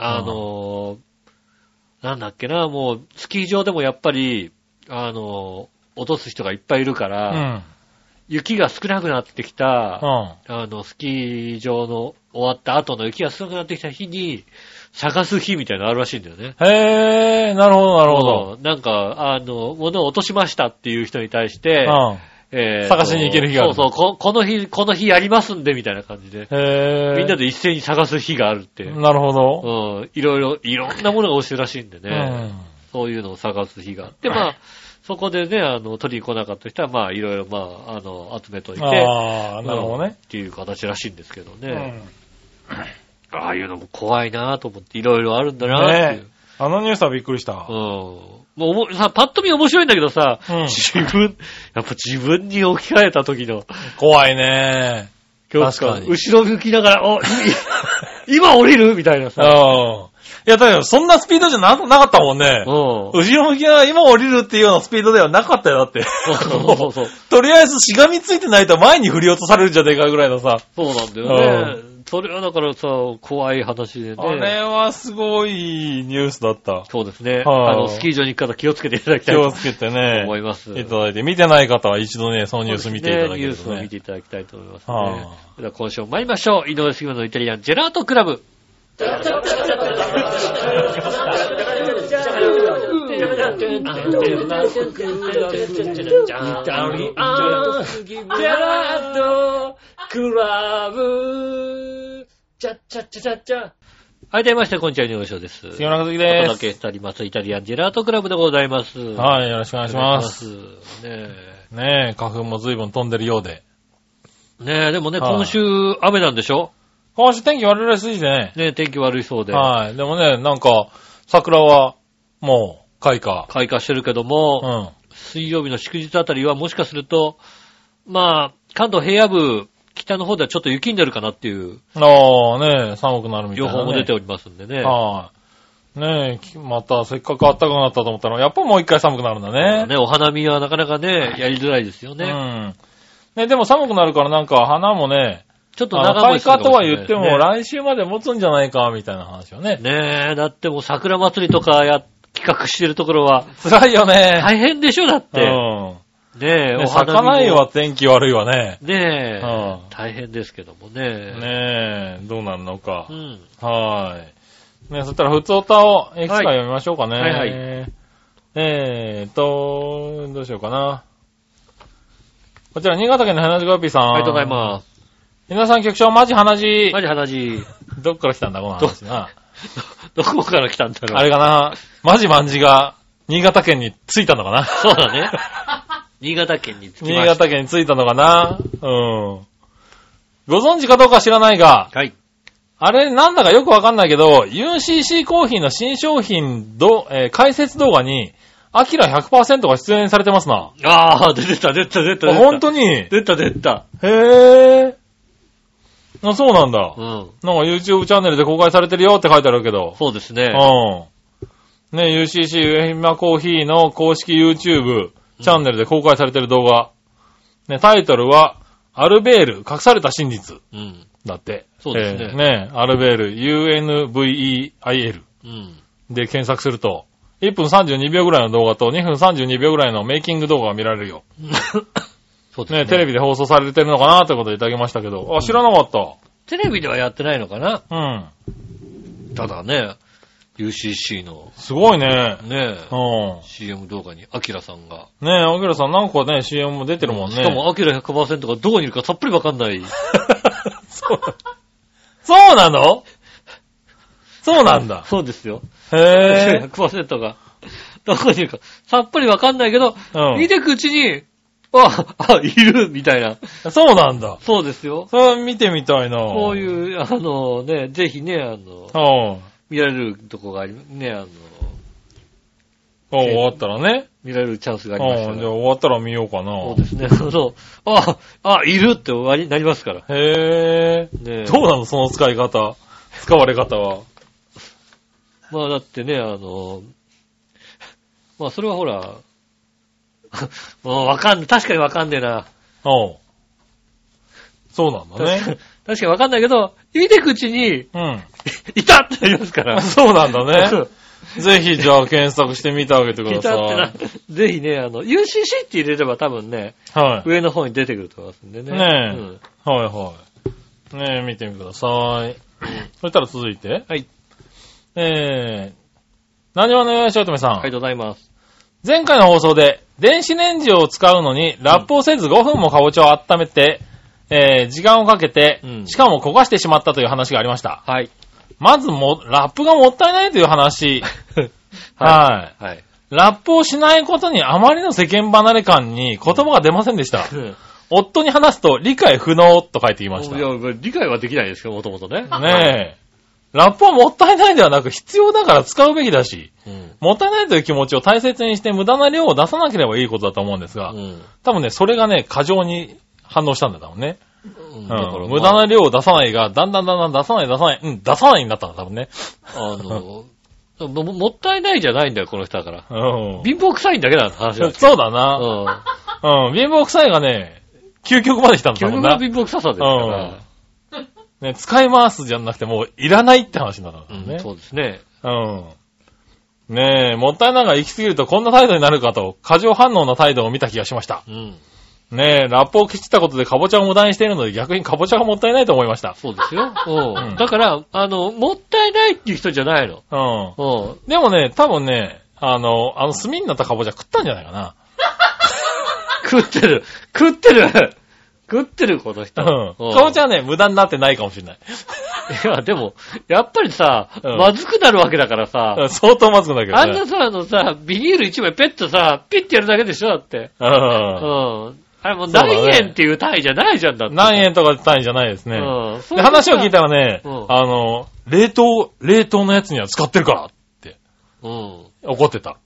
なんだっけな、もう、スキー場でもやっぱり、落とす人がいっぱいいるから、雪が少なくなってきた、スキー場の終わった後の雪が少なくなってきた日に、探す日みたいなのあるらしいんだよね。 へー、なるほど、なるほど。 なんか、物を落としましたっていう人に対して、 探しに行ける日がある。 そうそう、この日やりますんで、みたいな感じで。みんなで一斉に探す日があるって。 なるほど。 いろんなものが落ちてるらしいんでね。そういうのを探す日があって、まあ、そこでね、取りに来なかった人は、まあ、いろいろ、まあ、集めといて。 ああ、なるほどね。 っていう形らしいんですけどね。ああいうのも怖いなぁと思って、いろいろあるんだなぁっていう。 あのニュースはびっくりした。 もうさ、パッと見面白いんだけどさ、やっぱ自分に置き換えた時の。 怖いねぁ。確かに。後ろ向きながら、今降りるみたいなさ。 いや、だけど、そんなスピードじゃなかったもんね。後ろ向きな今降りるっていうようなスピードではなかったよ、だって。そう。とりあえずしがみついてないと前に振り落とされるんじゃねえかぐらいのさ。 そうなんだよね。それはだからさ、怖い話でね。 あれはすごいニュースだった。 そうですね。スキー場に行く方気をつけていただきたいと。気をつけてね。 思います。 いただいて、見てない方は一度ね、そのニュース見ていただけるとね。 ニュースを見ていただきたいと思いますね。では今週も参りましょう。井上杉村のイタリアンジェラートクラブ。はい、出ました。こんにちは、井上翔です。 杉村和樹です。 お届けしております。イタリアンジェラートクラブでございます。 はい、よろしくお願いします。ねえ、花粉も随分飛んでるようで。 ねえ、でもね、今週雨なんでしょ？ 今週天気悪いらしいでね。 ねえ、天気悪いそうで。 はい。でもね、なんか、桜は、もう、開花してるけども、水曜日の祝日あたりはもしかすると、まあ、関東平野部、北の方ではちょっと雪になるかなっていう。 ああ、ねえ、寒くなるみたいな、ね。 情報も出ておりますんでね。 はい。ねえ、またせっかく暖かくなったと思ったら、やっぱもう一回寒くなるんだね。 ね、お花見はなかなかね、やりづらいですよね。 ね、でも寒くなるからなんか花もね、 ちょっと長持ちするかもしれないですね。開花とは言っても来週まで持つんじゃないか、みたいな話をね。 ねえ、だってもう桜祭りとか企画してるところは。 辛いよね。 大変でしょ、だって。ねえ、お花見も。 咲かないわ、天気悪いわね。 ねえ、大変ですけどもね。 ねえ、どうなるのか。はい。ね、そしたら、普通歌をいくつか読みましょうかね。はいはい。どうしようかな。こちら、新潟県の花地ゴピーさん。 ありがとうございます。 皆さん局長、マジ花地。 マジ花地。 どっから来たんだ、この話な。 どこから来たんだろう。 あれかな。マジ万事が、新潟県に着いたのかな。 そうだね。新潟県に着きました。 新潟県に着いたのかな。ご存知かどうか知らないが。 はい。 あれ、なんだかよくわかんないけど、UCC コーヒーの新商品解説動画に、アキラ 100% が出演されてますな。 ああ、出た。 本当に出た。 へぇー。そうなんだ。なんか YouTube チャンネルで公開されてるよって書いてあるけど。 そうですね。 ね、UCC 上島コーヒーの公式 YouTube チャンネルで公開されてる動画。ね、タイトルは、アルベール、隠された真実。だって。 そうですね。 ね、アルベール、UNVEIL。で検索すると、1分32秒ぐらいの動画と2分32秒ぐらいのメイキング動画が見られるよ。 そうですね。 テレビで放送されてるのかなってことでいただきましたけど。知らなかった。 テレビではやってないのかな。ただね、UCC の。 すごいね。 ねCM 動画にアキラさんが。 ねアキラさんなんかね、CM も出てるもんね。 しかもアキラ 100% がどこにいるかさっぱりわかんない。 そうなの？そうなんだ。 そうですよ。 へぇー。 100% がどこにいるかさっぱりわかんないけど、見てくうちに、いるみたいな。 そうなんだ。 そうですよ。 それ見てみたいな。 こういう、ね、ぜひね、見られるとこがありますね、 終わったらね。 見られるチャンスがありますから。 じゃあ終わったら見ようかな。 そうですね。いるってなりますから。 へぇー。ね、どうなのその使い方。使われ方は。 まあだってね、まあそれはほら、もう確かにわかんねえな。そうなんだね。 確かにわかんないけど、見てくうちに、いたってなりますから。 そうなんだね。ぜひじゃあ検索してみてあげてください。 いたってぜひね、UCC って入れれば多分ね、上の方に出てくると思いますんでね。 ねえ。はいはい。ねえ、見てみてください。そしたら続いて。 はい。 何話のよしおとめさん。 ありがとうございます。 前回の放送で、電子レンジを使うのに、ラップをせず5分もかぼちゃを温めて、時間をかけて、しかも焦がしてしまったという話がありました。 はい。 まずラップがもったいないという話。はい。はい。ラップをしないことにあまりの世間離れ感に言葉が出ませんでした。夫に話すと理解不能と書いてきました。 いや、理解はできないですよ、もともとね。 ねえ。ラップはもったいないではなく必要だから使うべきだし、もったいないという気持ちを大切にして無駄な量を出さなければいいことだと思うんですが、多分ね、それがね、過剰に反応したんだろうね。無駄な量を出さないが、だんだん出さない、出さないになったんだ、多分ね。 もったいないじゃないんだよ、この人だから。貧乏臭いんだけだ、話だ。 そうだな。貧乏臭いがね、究極まで来たんだもんな。 究極の貧乏臭さですから。 ね、使い回すじゃなくてもういらないって話になるんだね。 そうですね。 ねえ、もったいないが行き過ぎるとこんな態度になるかと、過剰反応の態度を見た気がしました。ねえ、ラップを切ったことでカボチャを無駄にしているので逆にカボチャがもったいないと思いました。 そうですよ。だから、もったいないっていう人じゃないの。 でもね、多分ね、炭になったカボチャ食ったんじゃないかな。 食ってる、この人。 カボチャはね、無駄になってないかもしれない。 いや、でも、やっぱりさ、まずくなるわけだからさ。 相当まずくなるけどね。 あんなさ、ビニール1枚ペッとさ、ピッてやるだけでしょ、だって。あれもう何円っていう単位じゃないじゃんだって。 何円とか単位じゃないですね。で、話を聞いたらね、冷凍のやつには使ってるからって、怒ってた。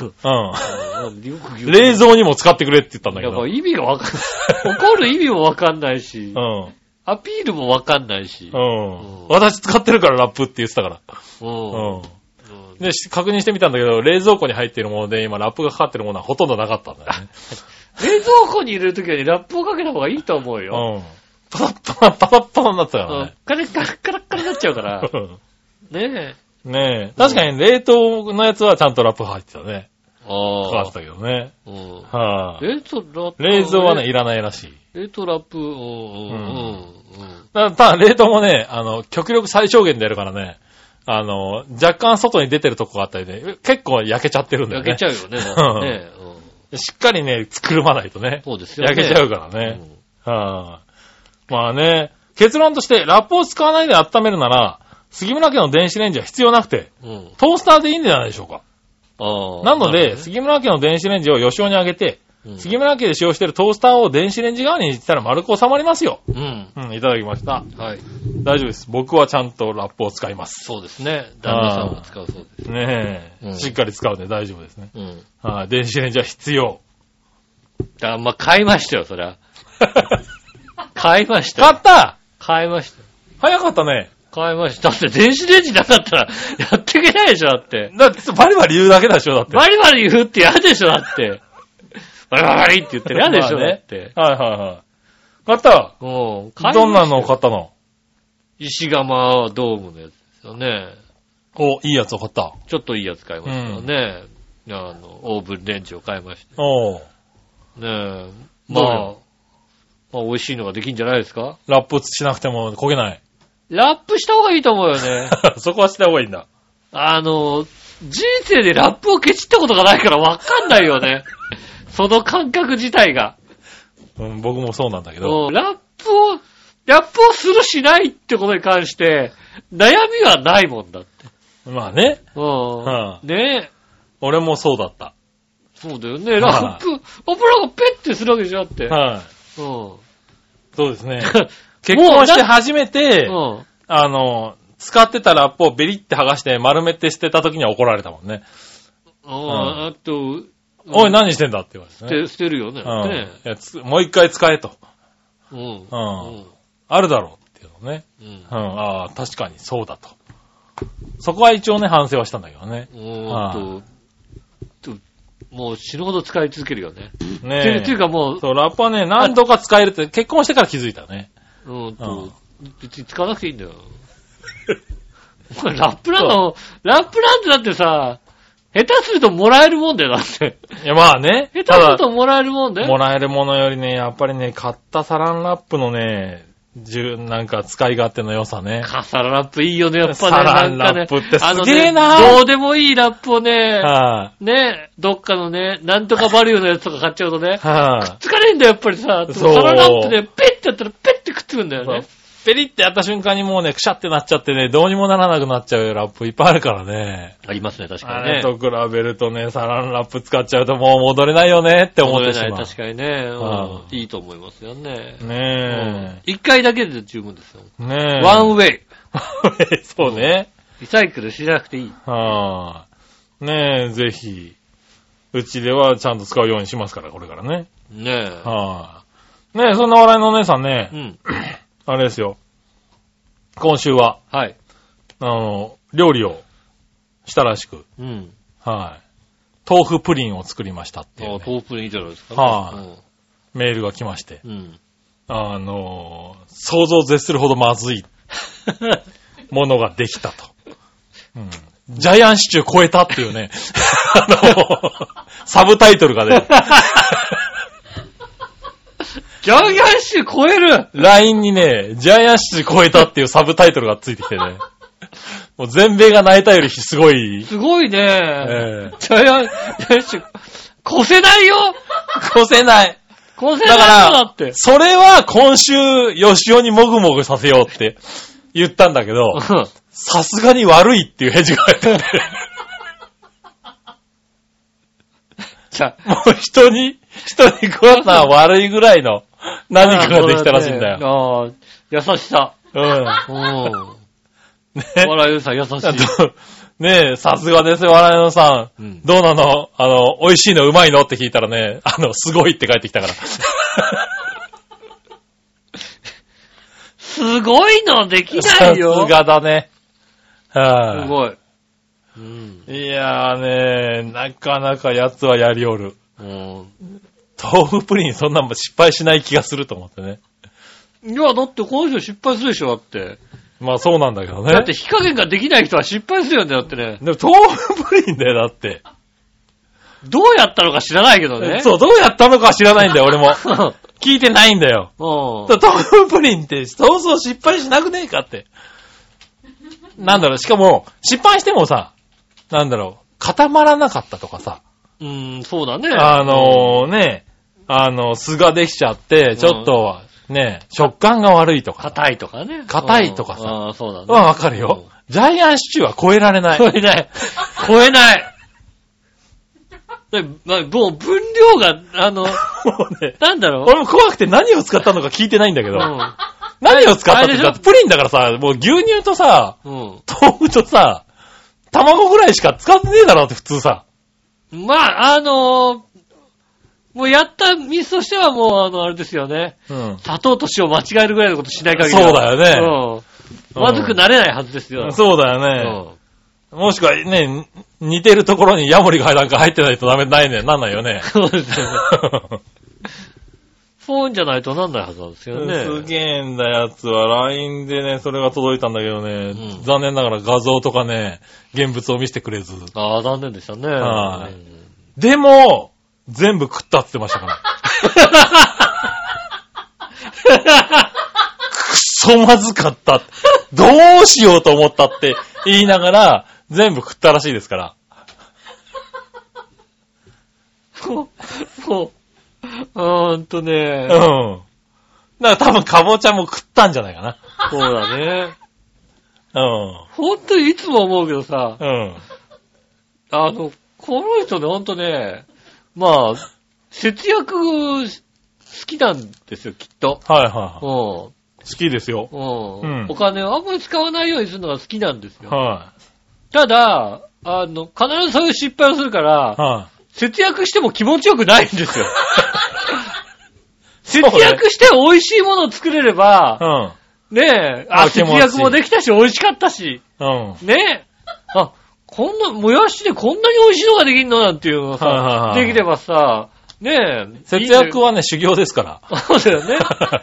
冷蔵にも使ってくれって言ったんだけど。 やっぱ意味がわかんない。怒る意味もわかんないし、アピールもわかんないし。 私使ってるからラップって言ってたから。で、確認してみたんだけど、冷蔵庫に入っているもので、今ラップがかかってるものはほとんどなかったんだよね。 冷蔵庫に入れるときはね、ラップをかけた方がいいと思うよ。 パサッパサになったからね。 カラッカラになっちゃうから。ねえ。確かに冷凍のやつはちゃんとラップが入ってたね。かかってたけどね。冷蔵はね、いらないらしい。 冷凍ラップ、 ただ冷凍もね、極力最小限でやるからね、若干外に出てるとこがあったりで、結構焼けちゃってるんだよね。 焼けちゃうよね。 しっかりね、くるまないとね。 そうですよね。 焼けちゃうからね。まあね、結論として、ラップを使わないで温めるなら、杉村家の電子レンジは必要なくて、トースターでいいんじゃないでしょうか。なので、杉村家の電子レンジを吉尾にあげて、杉村家で使用しているトースターを電子レンジ側にしたら丸く収まりますよ。いただきました。はい。大丈夫です。僕はちゃんとラップを使います。 そうですね。旦那さんも使うそうです。 ねえ。しっかり使うんで大丈夫ですね。電子レンジは必要。 まあ、買いましたよ、そりゃ。買いました。 買った! 買いました。 早かったね。 買いました。だって電子レンジなかったらやっていけないでしょ、だって。 だってバリバリ言うだけでしょ、だって。 バリバリ言うって嫌でしょ、だって。バリバリって言って嫌でしょ、だって。 はい。買った。どんなのを買ったの？ 石窯ドームのやつですよね。 いいやつを買った。 ちょっといいやつ買いましたよね。オーブンレンジを買いました。ねえ。まあ、美味しいのができんじゃないですか？ ラップしなくても焦げない。 ラップした方がいいと思うよね。 そこはした方がいいんだ。 人生でラップをケチったことがないからわかんないよね。その感覚自体が。 僕もそうなんだけど。 ラップをするしないってことに関して、悩みはないもんだって。 まあね。 ねえ。 俺もそうだった。 そうだよね。ラップ、油がペッてするわけじゃんって。 そうですね。結婚して初めて、使ってたラップをベリって剥がして丸めて捨てた時には怒られたもんね。 あと、 おい、何してんだって言われてね。 捨てるよね。 もう一回使えと。 うん。 あるだろうっていうのね。ああ、確かにそうだと。そこは一応ね、反省はしたんだけどね。 もう死ぬほど使い続けるよね。 ねえ。 っていうかもう。 そう、ラップはね、何度か使えるって結婚してから気づいたね。 別に使わなくていいんだよ。ラップなんてだってさ、下手するともらえるもんだよ、だって。 いや、まあね。 下手するともらえるもんだよ。 もらえるものよりね、やっぱりね、買ったサランラップのね、なんか使い勝手の良さね。 サランラップいいよね、やっぱね。 サランラップってすげえな。 どうでもいいラップをね、ね、どっかのね、なんとかバリューのやつとか買っちゃうとね、くっつかねえんだよ、やっぱりさ。サランラップでペッてやったらペッてくっつくんだよね。ペリってやった瞬間にもうね、くしゃってなっちゃってね、どうにもならなくなっちゃうラップいっぱいあるからね。 ありますね、確かにね。 あれと比べるとね、サランラップ使っちゃうともう戻れないよねって思ってしまう。 戻れない、確かにね。いいと思いますよね。 ねえ。 一回だけで十分ですよ。 ねえ。 ワンウェイ。 そうね。 リサイクルしなくていい。 ねえ、ぜひ。うちではちゃんと使うようにしますから、これからね。 ねえ。 ねえ、そんな笑いのお姉さんね。あれですよ。今週は、料理をしたらしく、豆腐プリンを作りましたっていう、ね。 豆腐プリンいいじゃないですか、 メールが来まして、想像を絶するほどまずいものができたと。ジャイアンシチュー超えたっていうね、サブタイトルがね、 ジャイアンシチュー超える !LINE にね、ジャイアンシチュー超えたっていうサブタイトルがついてきてね。もう全米が泣いたよりすごい。 すごいね。ジャイアンシチュー、越せないよ越せない。 越せないよだって。 それは今週、吉尾にもぐもぐさせようって言ったんだけど、さすがに悪いっていう返事が入ってて。もう人に食わすのは悪いぐらいの何かができたらしいんだよ。 優しさ。ね、笑いのさん優しい。 ねえ、さすがですよ、笑いのさん。どうなの美味しいのうまいのって聞いたらね、すごいって帰ってきたから。 すごいのできないよ。 さすがだね。 すごい。 いやーね、なかなかやつはやりおる。豆腐プリンそんなも失敗しない気がすると思ってね。 いや、だってこの人失敗するでしょ、だって。 まあそうなんだけどね。 だって火加減ができない人は失敗するよね、だってね。 でも豆腐プリンだよ、だって。 どうやったのか知らないけどね。 そう、どうやったのか知らないんだよ、俺も。聞いてないんだよ。豆腐プリンってそうそう失敗しなくねえかって。なんだろう、しかも、失敗してもさ、なんだろう、固まらなかったとかさ。 そうだね。 巣ができちゃって、ちょっと、ね、食感が悪いとか。 硬いとかね。 硬いとかさ。 そうだね。 わかるよ。ジャイアンシチューは超えられない。 超えない。超えない。もう分量が、なんだろう。 俺も怖くて何を使ったのか聞いてないんだけど。何を使ったって言ったらプリンだからさ、もう牛乳とさ、豆腐とさ、卵ぐらいしか使ってねえだろって普通さ。 まあ、もうやったミスとしてはもうあれですよね。砂糖と塩間違えるぐらいのことしない限りは。 そうだよね。 まずくなれないはずですよ。 そうだよね。もしくはね、似てるところにヤモリがなんか入ってないとダメないね、なんないよね。 そうですよね。そういうんじゃないとなんないはずなんですよね。 すげえんだやつは LINE でね、それが届いたんだけどね、残念ながら画像とかね、現物を見せてくれず。 残念でしたね。 でも、全部食ったって言ってましたから。くそまずかった。どうしようと思ったって言いながら、全部食ったらしいですから。 ね。 だから多分かぼちゃも食ったんじゃないかな。 そうだね。 ほんとにいつも思うけどさ、この人ね、ほんとね、まあ、節約好きなんですよ、きっと。 好きですよ。 お金をあんまり使わないようにするのが好きなんですよ。ただ、必ずそういう失敗をするから、 節約しても気持ちよくないんですよ。節約して美味しいものを作れれば、ねえ、節約もできたし、美味しかったし、ねえ、こんな、もやしでこんなに美味しいのができんのなんていうのがさ、できればさ、ねえ。 節約はね、修行ですから。 そうだよね。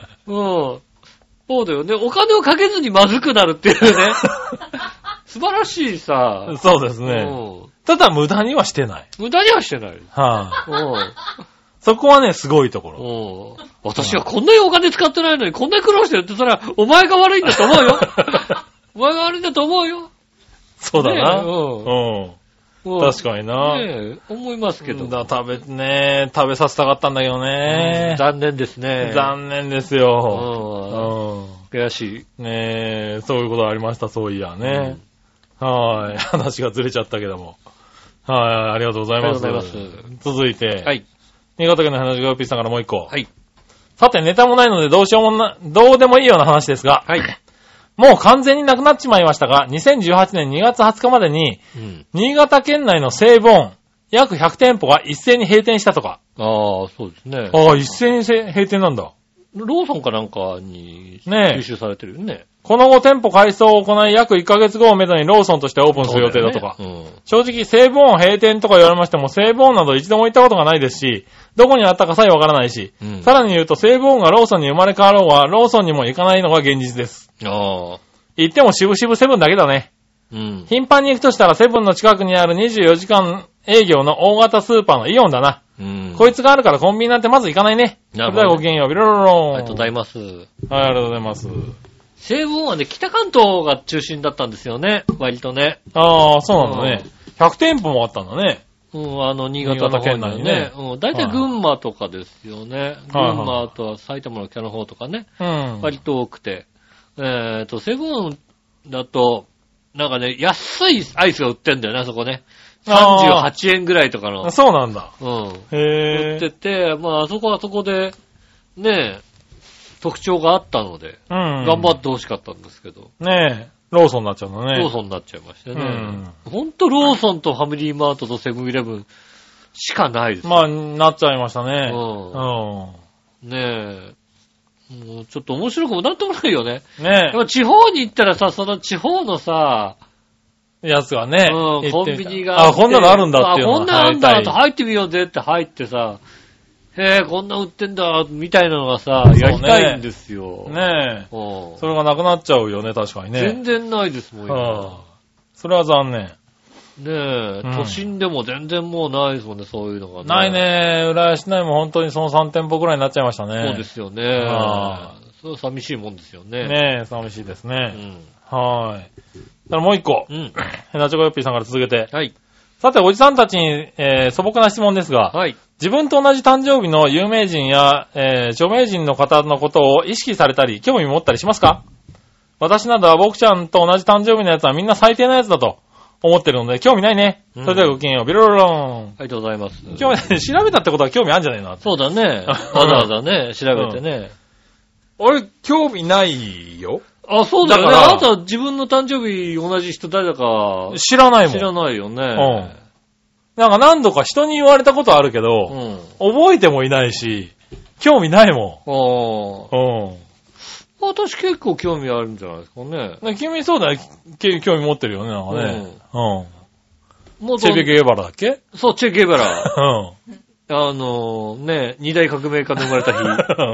そうだよね。お金をかけずにまずくなるっていうね。素晴らしいさ。 そうですね。ただ無駄にはしてない。 無駄にはしてない。 そこはね、すごいところ。 私はこんなにお金使ってないのに、こんなに苦労してるって言ったら、お前が悪いんだと思うよ。お前が悪いんだと思うよ。 そうだな。確かにな。 思いますけど。 食べさせたかったんだけどね。 残念ですね。 残念ですよ。 悔しい。 ねえ、そういうことありました、そういやね。はい。話がずれちゃったけども。はい、ありがとうございます。ありがとうございます。続いて。はい。新潟県の話がよぴーさんからもう一個。はい。さて、ネタもないのでどうでもいいような話ですが。はい。もう完全になくなっちまいましたが、2018年2月20日までに、新潟県内の西ボン、約100店舗が一斉に閉店したとか。 そうですね。 一斉に閉店なんだ。 ローソンかなんかに吸収されてるよね。 この後店舗改装を行い約1ヶ月後をめどにローソンとしてオープンする予定だとか。正直、西ボン閉店とか言われましても、西ボンなど一度も行ったことがないですし、どこにあったかさえわからないし、さらに言うと西ボンがローソンに生まれ変わろうが、ローソンにも行かないのが現実です。行っても渋々セブンだけだね。頻繁に行くとしたらセブンの近くにある24時間営業の大型スーパーのイオンだな。こいつがあるからコンビニなんてまず行かないね。それではごきげんよう、ビロロロン。 ありがとうございます。 はい、ありがとうございます。 西ボンはね、北関東が中心だったんですよね、割とね。 そうなんだね。100店舗もあったんだね。 新潟県内にね。だいたい群馬とかですよね。群馬、あとは埼玉の北の方とかね。割と多くて。セブンだと、なんかね、安いアイスが売ってんだよね、そこね。38円ぐらいとかの。 そうなんだ。 売ってて、まあ、あそこはそこで、ね、特徴があったので、頑張ってほしかったんですけど。 ねえ、ローソンになっちゃうのね。 ローソンになっちゃいましたね。ほんとローソンとファミリーマートとセブンイレブンしかないです。 まあ、なっちゃいましたね。 ねえ。もうちょっと面白くもなんともないよね。 ねえ。 でも地方に行ったらさ、その地方のさ、 やつがね。 コンビニが。 こんなのあるんだっていうのこんなのあるんだって入ってみようぜって入ってさ、こんな売ってんだ、みたいなのがさ、やりたいんですよ。 ねえ。それがなくなっちゃうよね、確かにね。 全然ないですもん、今。 それは残念。 ねえ、都心でも全然もうないですもんね、そういうのがね。 ないね。浦安市内も本当にその3店舗くらいになっちゃいましたね。 そうですよね。それは寂しいもんですよね。 ねえ、寂しいですね。はい。だからもう一個。ヘナチョコヨッピーさんから続けて。はい。さて、おじさんたちに、素朴な質問ですが、はい。自分と同じ誕生日の有名人や、著名人の方のことを意識されたり、興味持ったりしますか？私などは僕ちゃんと同じ誕生日のやつはみんな最低なやつだと思ってるので、興味ないね。それではごきげんよう、ビロロロン。 ありがとうございます。 興味ない。調べたってことは興味あるんじゃないの？ そうだね。わざわざね、調べてね。 俺、興味ないよ。 そうだよね。あなた自分の誕生日同じ人誰だか知らないもん。 知らないよね。 なんか何度か人に言われたことあるけど、覚えてもいないし、興味ないもん。 私結構興味あるんじゃないですかね。 君そうだよ。興味持ってるよね、なんかね。チェベゲバラだっけ？ そう、チェゲバラ。二大革命家で生まれた日。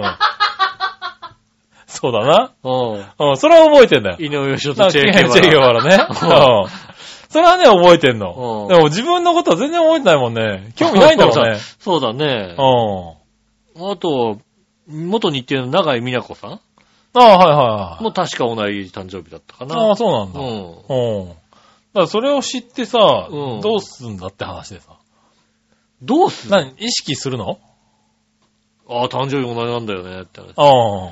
そうだな。それは覚えてんだよ。 井上義雄とチェゲバラ。 チェゲバラね。それはね、覚えてんの。でも自分のことは全然覚えてないもんね。興味ないんだろうね。 そうだね。あと、元日程の長井美奈子さん？ はいはい。 もう確か同じ誕生日だったかな。 そうなんだ。だからそれを知ってさ、どうすんだって話でさ。 どうすんの？ 意識するの？ 誕生日同じなんだよねって話。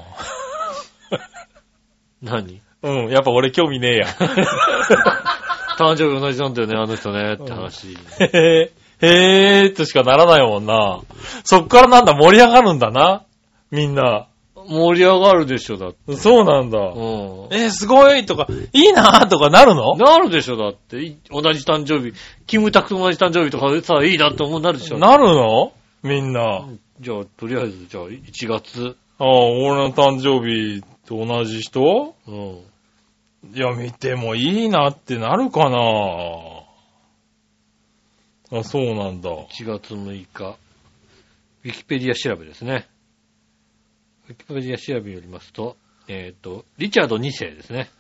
何？ やっぱ俺興味ねえや。 誕生日同じなんだよね、あの人ねって話。 へーとしかならないもんな。そっからなんだ、盛り上がるんだな。みんな。 盛り上がるでしょ、だって。 そうなんだ。すごいとか、いいなとかなるの？ なるでしょ、だって。同じ誕生日、キムタクと同じ誕生日とかさ、いいなってなるでしょ。 なるの？みんな。 じゃあ、とりあえず、じゃあ、1月。 俺の誕生日と同じ人？いや、見てもいいなってなるかな？そうなんだ。 1月6日。ウィキペディア調べですね。ウィキペディア調べによりますと、リチャード2世ですね。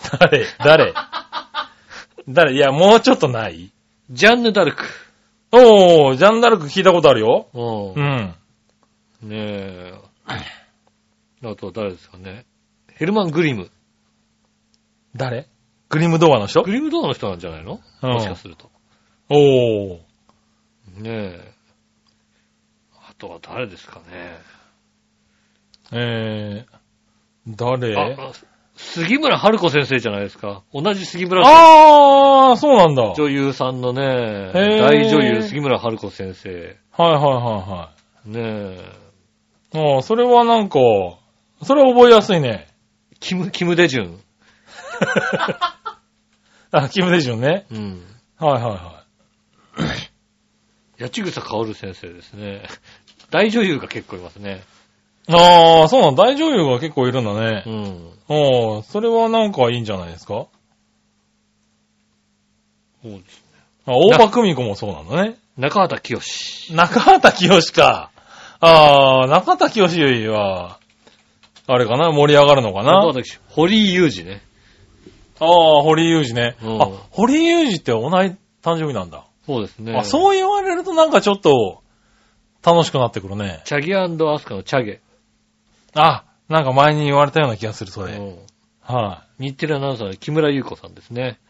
誰？いや、もうちょっとない？ ジャンヌ・ダルク。 ジャンヌ・ダルク聞いたことあるよ。 ねえ。あとは誰ですかね。ヘルマン・グリム。 誰？グリムドアの人？ グリムドアの人なんじゃないの？もしかすると。ねえ。あとは誰ですかね。誰？ 杉村春子先生じゃないですか。同じ杉村先生。 そうなんだ。 女優さんのね、大女優杉村春子先生。ねえ。それはなんか、それは覚えやすいね。 キムデジュン。 キムデジュンね。 八千草薫先生ですね。大女優が結構いますね。 そうなんだ。大女優が結構いるんだね。それはなんかいいんじゃないですか？ そうですね。 大場久美子もそうなんだね。 中畑清。 中畑清か。中畑清は、あれかな？盛り上がるのかな？ 堀井雄二ね。 堀井雄二ね。堀井雄二って同じ誕生日なんだ。 そうですね。 そう言われるとなんかちょっと楽しくなってくるね。 チャゲ&アスカのチャゲ。 なんか前に言われたような気がする、それ。 日テレアナウンサーの木村優子さんですね。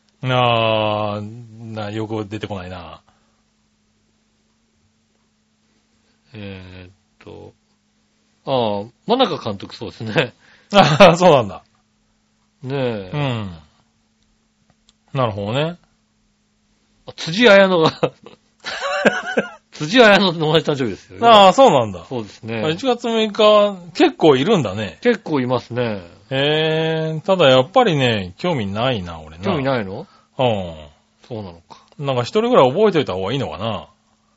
よく出てこないな。 真中監督そうですね。 そうなんだ。 ねえ。 なるほどね。 辻彩乃が、辻彩乃の同じ誕生日ですよ。 そうなんだ。 そうですね。 1月6日、結構いるんだね。 結構いますね。 ただやっぱりね、興味ないな、俺な。 興味ないの？そうなのか。 なんか一人ぐらい覚えておいた方がいいのかな。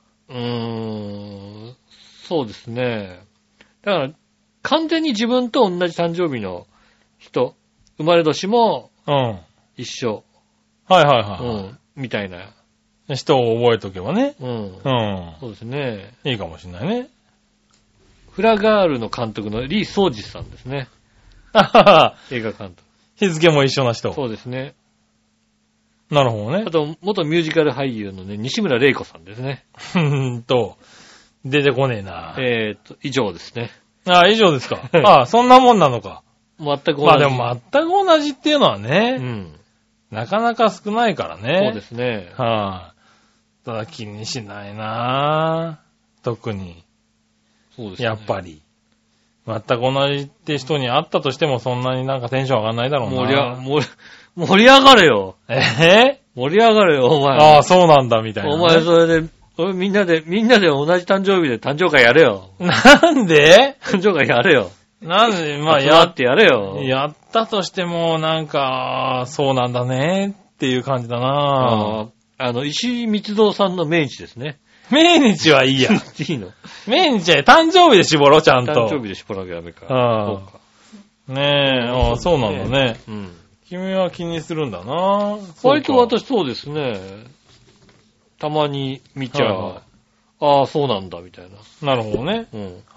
そうですね。だから、完全に自分と同じ誕生日の人、生まれ年も、一緒。みたいな。 人を覚えとけばね。 そうですね。 いいかもしれないね。 フラガールの監督のリー・ソージさんですね。映画監督。 日付も一緒な人。 そうですね。 なるほどね。 あと、元ミュージカル俳優のね、西村玲子さんですね。 出てこねえな。 以上ですね。 以上ですか。そんなもんなのか。 全く同じ。 でも全く同じっていうのはね。なかなか少ないからね。 そうですね。 ただ気にしないな特に。そうですね。やっぱり。全く同じって人に会ったとしてもそんなになんかテンション上がんないだろうな。 盛り上がれよ。盛り上がれよ、お前。 そうなんだ、みたいな、 お前、それで、みんなで同じ誕生日で誕生会やれよ。 なんで？ 誕生会やれよ。 なんで、 やってやれよ。 やったとしても、なんか、そうなんだね、っていう感じだな石井光蔵さんの命日ですね。 命日はいいや。 いいの？ 命日は誕生日で絞ろう、ちゃんと。 誕生日で絞らなきゃダメか。そうか。 ねえ、そうなんだね。君は気にするんだな割と私そうですね。たまに見ちゃう。そうなんだ、みたいな。 なるほどね。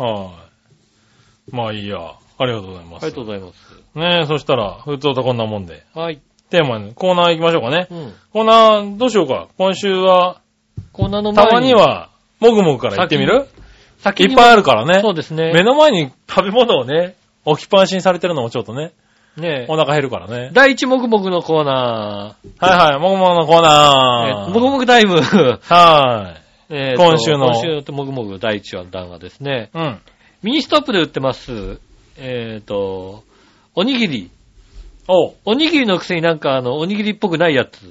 まあいいや。ありがとうございます。 ありがとうございます。 ねえ、そしたら、普通とこんなもんで。 はい。 テーマに、コーナー行きましょうかね。コーナー、どうしようか。今週は、 コーナーの前に。 たまには、もぐもぐから行ってみる？ 先にいっぱいあるからね。 そうですね。 目の前に食べ物をね、置きっぱなしにされてるのもちょっとね。 ねえ。 お腹減るからね。 第一もぐもぐのコーナー。もぐもぐのコーナー。 もぐもぐタイム。 今週のもぐもぐ第一話の段はですね。ミニストップで売ってます。おにぎり。おにぎりのくせになんかおにぎりっぽくないやつ。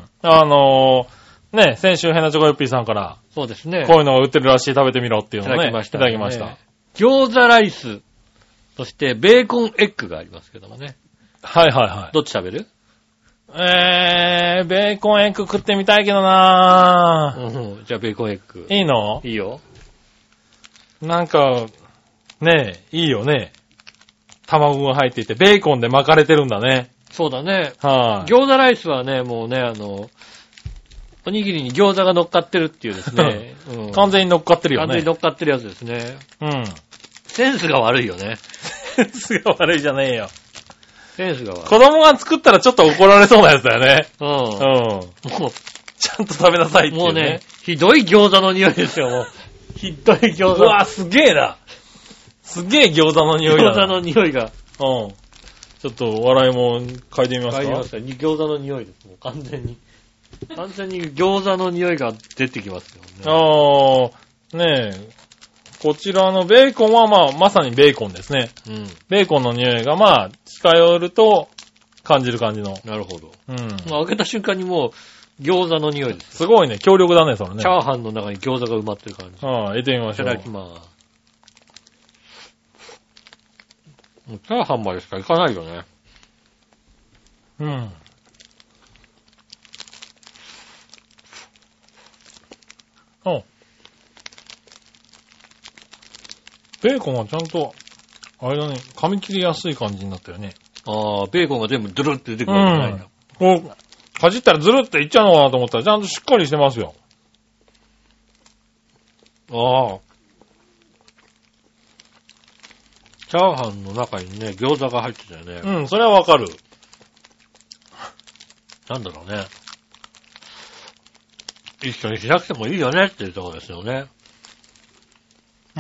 ね、先週ヘナチョコヨッピーさんから。 そうですね。 こういうのが売ってるらしい、食べてみろっていうのをね。いただきました。 餃子ライス。 そして、ベーコンエッグがありますけどもね。 はいはいはい。 どっち食べる？ ベーコンエッグ食ってみたいけどなぁ。じゃあベーコンエッグ。 いいの？ いいよ。 なんか、ねえ、いいよね。卵が入っていて、ベーコンで巻かれてるんだね。 そうだね。 はい、 餃子ライスはね、もうね、おにぎりに餃子が乗っかってるっていうですね。 完全に乗っかってるよね。 完全に乗っかってるやつですね。 うん。 センスが悪いよね。 センスが悪いじゃねえよ。 センスが悪い。 子供が作ったらちょっと怒られそうなやつだよね。 もう、 ちゃんと食べなさいっていうね。もうね、 ひどい餃子の匂いですよ、もう。ひどい餃子。 うわ、すげえな。すげえ餃子の匂いだ。 餃子の匂いが。 ちょっと笑いも嗅いでみますか？嗅いでますか？ 餃子の匂いです。もう完全に。完全に餃子の匂いが出てきますよね。ねえ。こちらのベーコンはまさにベーコンですね。うん。ベーコンの匂いが近寄ると感じる感じの。 なるほど。うん。開けた瞬間にもう餃子の匂いです。 すごいね。強力だね、それね。 チャーハンの中に餃子が埋まってる感じ。 入れてみましょう。 いただきます。チャーハンまでしかいかないよね。 うん。ベーコンはちゃんと、あれだね、噛み切りやすい感じになったよね。 ベーコンが全部ドゥルって出てくるわけじゃないんだ。 こう、かじったらズルっていっちゃうのかなと思ったら、ちゃんとしっかりしてますよ。 チャーハンの中にね、餃子が入ってたよね。 うん、それはわかる。 なんだろうね。一緒にしなくてもいいよねっていうところですよね。 うん。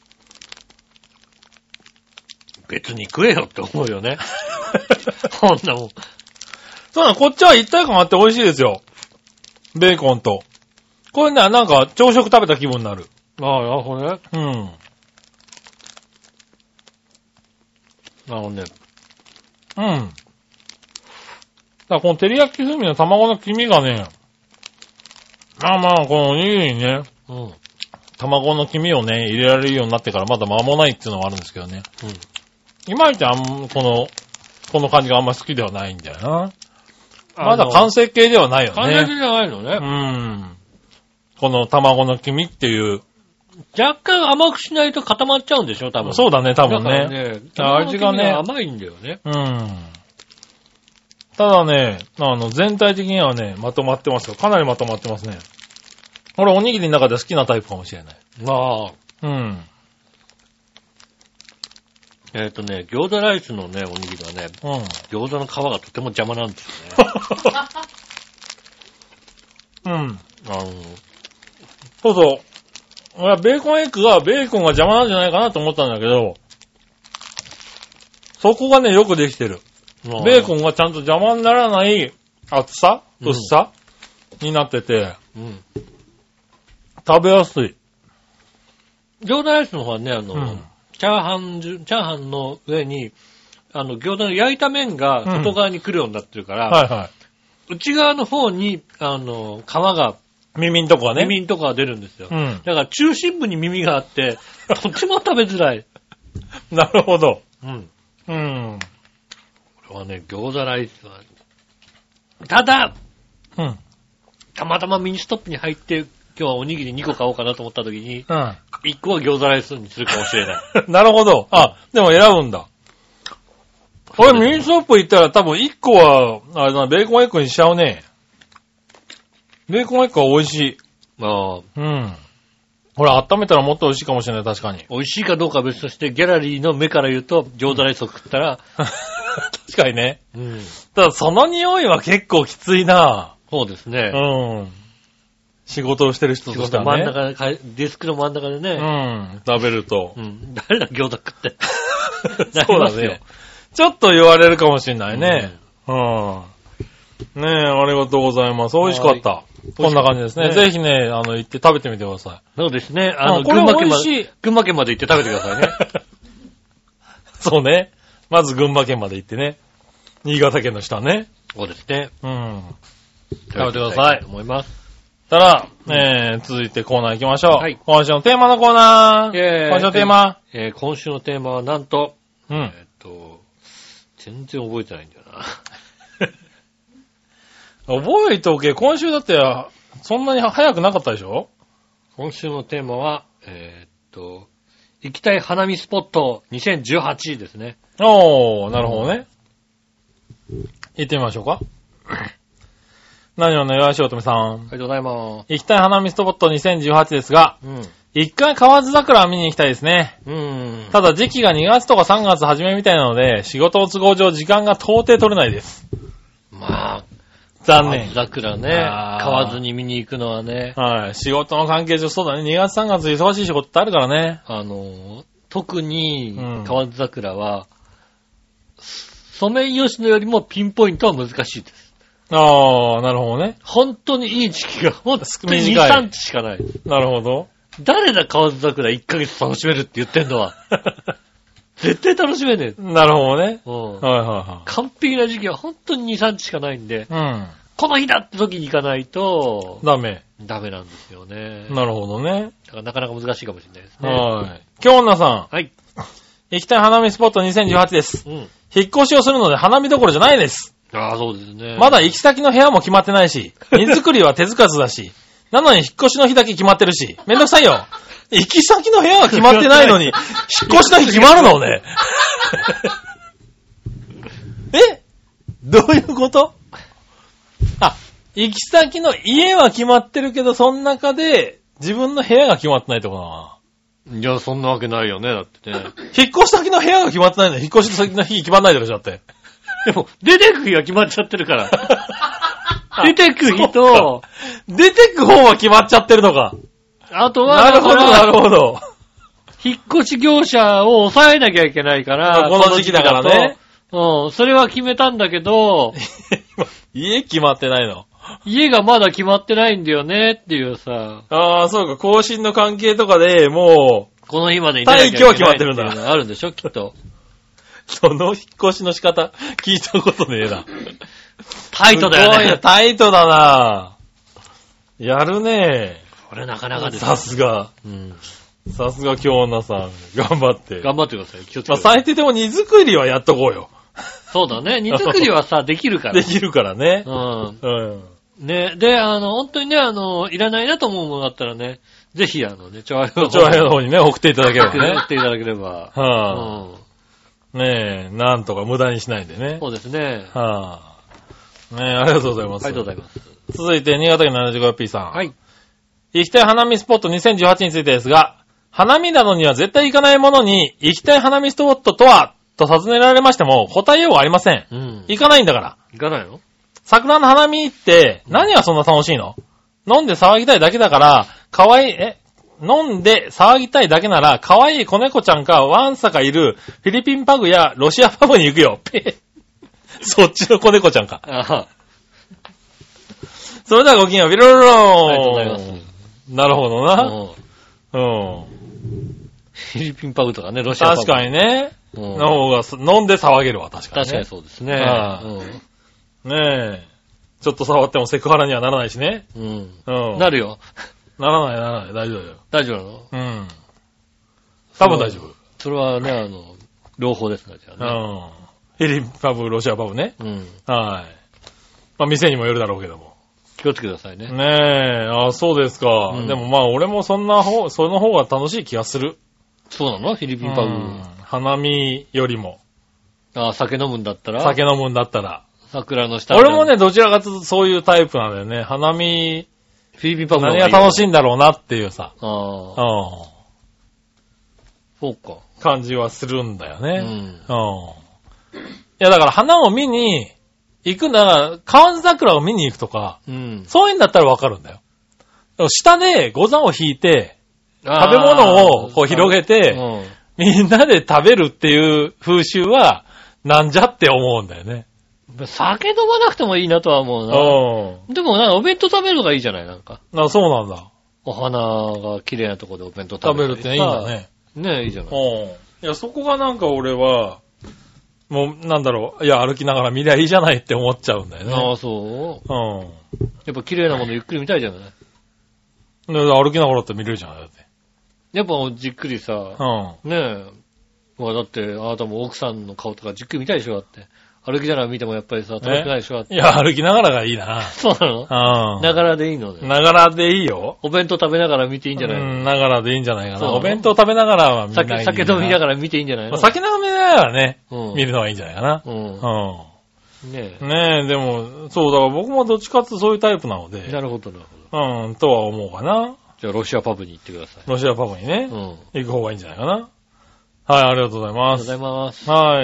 別に食えよって思うよね。こんなもん。 そうなの、こっちは一体感あって美味しいですよ。ベーコンと。これね、なんか朝食食べた気分になる。 なるほどね。 うん。 なるほどね。 うん。だからこの照り焼き風味の卵の黄身がね、このおにぎりにね、卵の黄身をね、入れられるようになってからまだ間もないっていうのはあるんですけどね。いまいちこの感じがあんま好きではないんだよな。まだ完成形ではないよね。 完成形じゃないのね。この卵の黄身っていう。 若干甘くしないと固まっちゃうんでしょ、多分。 そうだね、多分ね。味がね。 甘いんだよね。 ただね、全体的にはね、まとまってますよ。かなりまとまってますね。俺、おにぎりの中で好きなタイプかもしれない。 餃子ライスのね、おにぎりはね、餃子の皮がとても邪魔なんですよね。 そうそう。俺はベーコンエッグがベーコンが邪魔なんじゃないかなと思ったんだけど、そこがね、よくできてる。ベーコンがちゃんと邪魔にならない厚さ、薄さ、になってて、食べやすい。 餃子ライスの方はね、チャーハンの上に、餃子の焼いた麺が外側に来るようになってるから、内側の方に、皮が、 耳んとこがね。 耳んとこが出るんですよ。だから中心部に耳があって、とっても食べづらい。 なるほど。 これはね、餃子ライスは、ただ、たまたまミニストップに入って、今日はおにぎり2個買おうかなと思った時に、1個は餃子ライスにするかもしれない。 なるほど。でも選ぶんだ。俺ミニストップ行ったら多分1個は、ベーコンエッグにしちゃうね。ベーコンエッグは美味しい。ほら、温めたらもっと美味しいかもしれない、確かに。 美味しいかどうかは別として、ギャラリーの目から言うと、餃子ライスを食ったら、 確かにね。ただ、その匂いは結構きついな。 そうですね。 仕事をしてる人としてはね。 真ん中で、デスクの真ん中でね。 食べると。 誰だ餃子食って。 そうだね。ちょっと言われるかもしれないね。ねえ、ありがとうございます。美味しかった。こんな感じですね。ぜひね、行って食べてみてください。 そうですね。 群馬県まで行って食べてくださいね。 そうね。まず群馬県まで行ってね。新潟県の下ね。 そうですね。 食べてください。 思います。 たら、続いてコーナー行きましょう。 はい。 今週のテーマのコーナー。今週のテーマ。 今週のテーマはなんと、全然覚えてないんだよな。覚えておけ。今週だって、そんなに早くなかったでしょ？ 今週のテーマは、行きたい花見スポット2018ですね。 おー、なるほどね。行ってみましょうか。何をね、岩橋乙女さん。 ありがとうございます。 行きたい花見スポット2018ですが、一回河津桜を見に行きたいですね。ただ時期が2月とか3月初めみたいなので、仕事の都合上時間が到底取れないです。 まあ、 残念。 桜ね。河津に見に行くのはね。 はい。仕事の関係上、そうだね。2月3月忙しい仕事ってあるからね。 特に河津桜は、ソメイヨシノよりもピンポイントは難しいです。 ああ、なるほどね。 本当にいい時期がほんとに2、3日しかない。 なるほど。 誰だ河津桜1ヶ月楽しめるって言ってんのは。絶対楽しめねえ。 なるほどね。 はいはいはい。完璧な時期は本当に2、3日しかないんで、この日だって時に行かないと、ダメなんですよね。 なるほどね。 だからなかなか難しいかもしれないですね。 はい。京女さん。 はい。 行きたい花見スポット2018です。引っ越しをするので花見どころじゃないです。 ああ、そうですね。 まだ行き先の部屋も決まってないし、荷造りは手つかずだし、なのに引っ越しの日だけ決まってるし、めんどくさいよ。行き先の部屋は決まってないのに、引っ越しの日決まるのね。どういうこと？行き先の家は決まってるけど、その中で自分の部屋が決まってないってことだな。 いや、そんなわけないよね、だってね。 引っ越し先の部屋が決まってないのに、引っ越し先の日決まんないでしょ、だって。 でも、出てく日が決まっちゃってるから。出てく日と、 出てく方は決まっちゃってるのか。 あとは、 なるほど、なるほど。 引っ越し業者を抑えなきゃいけないから、 この時期だからね。 それは決めたんだけど、 家決まってないの。 家がまだ決まってないんだよねっていうさ。 ああ、そうか、更新の関係とかでもう、 この日までに退去は決まってるんだ。 あるんでしょ、きっと。 その引っ越しの仕方、聞いたことねえな。 タイトだよね。すごいな、 タイトだな。やるね。 これなかなかです。 さすが。さすが京女さん。頑張って。 頑張ってください。気をつけて。 まあ、最低でも荷造りはやっとこうよ。 そうだね。荷造りはさ、できるから。 できるからね。 ね。で、本当にね、いらないなと思うものだったらね、ぜひ、チョアヘの方にね、送っていただければね。 送っていただければ。 ねえ、なんとか無駄にしないでね。 そうですね。 ねえ、ありがとうございます。 ありがとうございます。 続いて、新潟県 75P さん。 はい。 行きたい花見スポット2018についてですが、花見などには絶対行かないものに、行きたい花見スポットとは、と尋ねられましても、答えようがありません。行かないんだから。 行かないの？ 桜の花見って、何がそんな楽しいの？飲んで騒ぎたいだけだから、飲んで騒ぎたいだけなら、可愛い子猫ちゃんかワンサがいるフィリピンパグやロシアパブに行くよ。そっちの子猫ちゃんか。それではごきげんよう、ビロロローン。 ありがとうございます。 なるほどな。 フィリピンパブとかね、ロシアパブ。 確かにね。の方が飲んで騒げるわ、確かに、ね。 確かにそうですね。 ねえ。ちょっと触ってもセクハラにはならないしね。 なるよ。 ならない、大丈夫よ。 大丈夫なの？ 多分大丈夫。 それはね、両方ですね、じゃあね。フィリピンパブ、ロシアパブね。はい。まあ、店にもよるだろうけども。 気をつけてくださいね。 ねえ、そうですか。でもまあ、俺もその方が楽しい気がする。 そうなの？フィリピンパブ。 花見よりも。 酒飲むんだったら？ 酒飲むんだったら。 桜の下。 俺もね、どちらかというとそういうタイプなんだよね。花見、 フィリピンパブ何が楽しいんだろうなっていうさ。 そうか。 感じはするんだよね。いや、だから花を見に行くなら、河津桜を見に行くとか、そういうんだったらわかるんだよ。下で五山を引いて、食べ物をこう広げて、みんなで食べるっていう風習は、なんじゃって思うんだよね。 酒飲まなくてもいいなとは思うな。でもお弁当食べるのがいいじゃない、なんか。 そうなんだ。 お花が綺麗なところでお弁当食べるっていいんだね。ねえ、いいじゃない。 いや、そこがなんか俺は、もう、なんだろう、いや、歩きながら見りゃいいじゃないって思っちゃうんだよね。 そう？やっぱ綺麗なものゆっくり見たいじゃない。 歩きながらって見れるじゃん、だって。 やっぱじっくりさ、ねえ。まあだって、あなたも奥さんの顔とかじっくり見たいでしょ、だって。歩きながら見てもやっぱりさ、楽しくないでしょ、だって。 いや、歩きながらがいいな。 そうなの？ながらでいいのね。 ながらでいいよ。 お弁当食べながら見ていいんじゃないの？ながらでいいんじゃないかな。お弁当食べながらは見ない。 酒飲みながら見ていいんじゃないの？ 酒飲みながらね、見るのはいいんじゃないかな。 ねえ。 ねえ、でも、そう、だから僕もどっちかってそういうタイプなので。 なるほど、なるほど。とは思うかな。 じゃあ、ロシアパブに行ってください。 ロシアパブにね。行く方がいいんじゃないかな。はい、ありがとうございます。 ありがとうございます。 はい、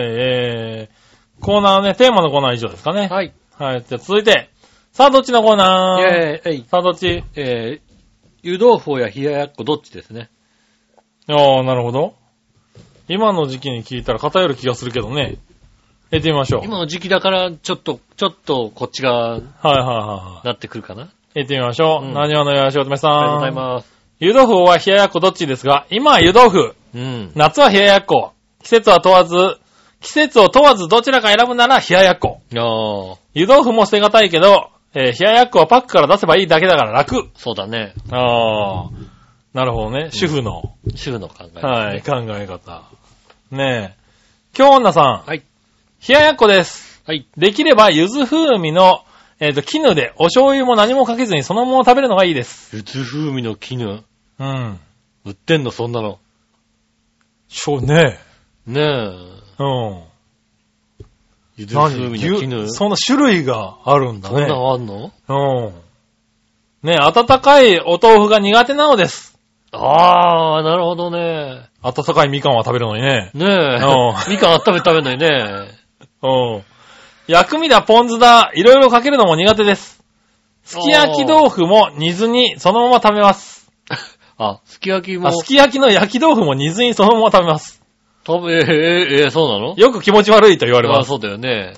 コーナーね、テーマのコーナー以上ですかね。 はい。 はい、じゃあ続いて、さあ、どっちのコーナー？さあ、どっち？ 湯豆腐や冷ややっこどっちですね。 ああ、なるほど。今の時期に聞いたら偏る気がするけどね。やってみましょう。 今の時期だから、ちょっとこっちが、なってくるかな。 やってみましょう。何話のよやしおとめさん。 ありがとうございます。 湯豆腐は冷ややっこどっちですが、今は湯豆腐。夏は冷ややっこ。季節を問わずどちらか選ぶなら冷ややっこ。湯豆腐も捨てがたいけど、冷ややっこはパックから出せばいいだけだから楽。 そうだね。 なるほどね。主婦の考え方。 はい、考え方。ねえ。京女さん。 はい。 冷ややっこです。 はい。 できれば、柚子風味の、絹で、お醤油も何もかけずにそのまま食べるのがいいです。 柚子風味の絹。 うん。 売ってんの、そんなの。 ねえ。ねえ。柚子風味の絹。 そんな種類があるんだね。 そんなのあんの？ ねえ、温かいお豆腐が苦手なのです。 なるほどね。 温かいみかんは食べるのにね。 ねえ。みかん温めて食べるのにね。 薬味だ、ポン酢だ、いろいろかけるのも苦手です。すき焼き豆腐も煮ずにそのまま食べます。 すき焼きも。 すき焼きの焼き豆腐も煮ずにそのまま食べます。 そうなの？ よく気持ち悪いと言われます。 そうだよね。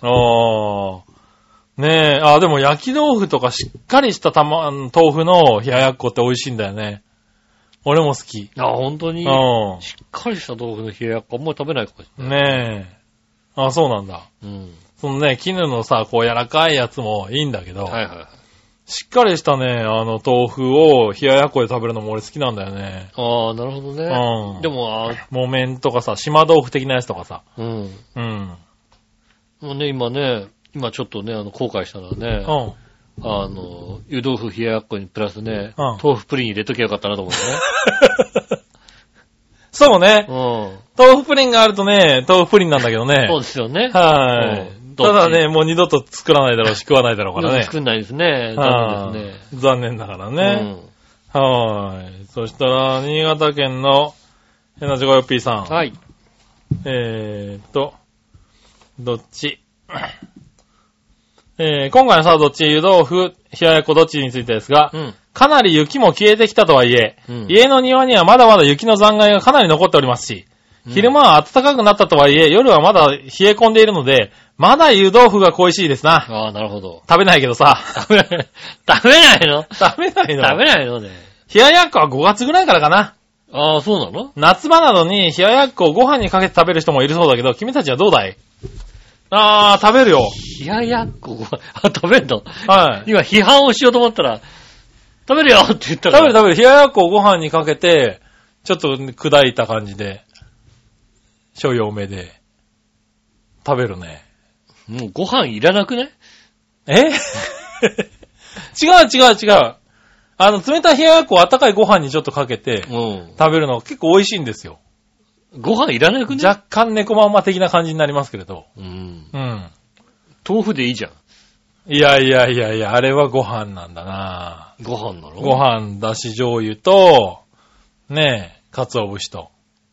ねえ、でも焼き豆腐とかしっかりした豆腐の冷ややっこって美味しいんだよね。俺も好き。 本当に？しっかりした豆腐の冷ややっこあんまり食べないかもしれない。 ねえ。そうなんだ。そのね、絹のさ、こう柔らかいやつもいいんだけど。しっかりしたね、豆腐を冷ややっこで食べるのも俺好きなんだよね。 なるほどね。でも、 木綿とかさ、島豆腐的なやつとかさ。 もうね、今ちょっとね、後悔したのはね。湯豆腐冷ややっこにプラスね、豆腐プリン入れときゃよかったなと思ってね。 そうね。豆腐プリンがあるとね、豆腐プリンなんだけどね。 そうですよね。 はい。ただね、もう二度と作らないだろうし、食わないだろうからね。 作んないですね。残念ですね。 残念だからね。はい。そしたら、新潟県の、ヘナジゴヨッピーさん。 はい。 どっち今回のさあどっち湯豆腐、冷ややっこどっちについてですが、かなり雪も消えてきたとはいえ、家の庭にはまだまだ雪の残骸がかなり残っておりますし、昼間は暖かくなったとはいえ、夜はまだ冷え込んでいるので、まだ湯豆腐が恋しいですな。 なるほど。 食べないけどさ。 食べないの？ 食べないのね。 冷ややっこは5月ぐらいからかな。 そうなの？ 夏場などに冷ややっこをご飯にかけて食べる人もいるそうだけど、君たちはどうだい？食べるよ。 冷ややっこ食べんの？ はい。 今批判をしようと思ったら、食べるよって言ったから。 食べる。冷ややっこをご飯にかけて、ちょっと砕いた感じで、醤油多めで、食べるね。 もうご飯いらなくね？ 違う。冷たい冷ややっこを温かいご飯にちょっとかけて、食べるの結構美味しいんですよ。 ご飯いらなくね？ 若干猫まんま的な感じになりますけれど。 豆腐でいいじゃん。 いや、あれはご飯なんだな。 ご飯なの？ ご飯、だし醤油と、鰹節と。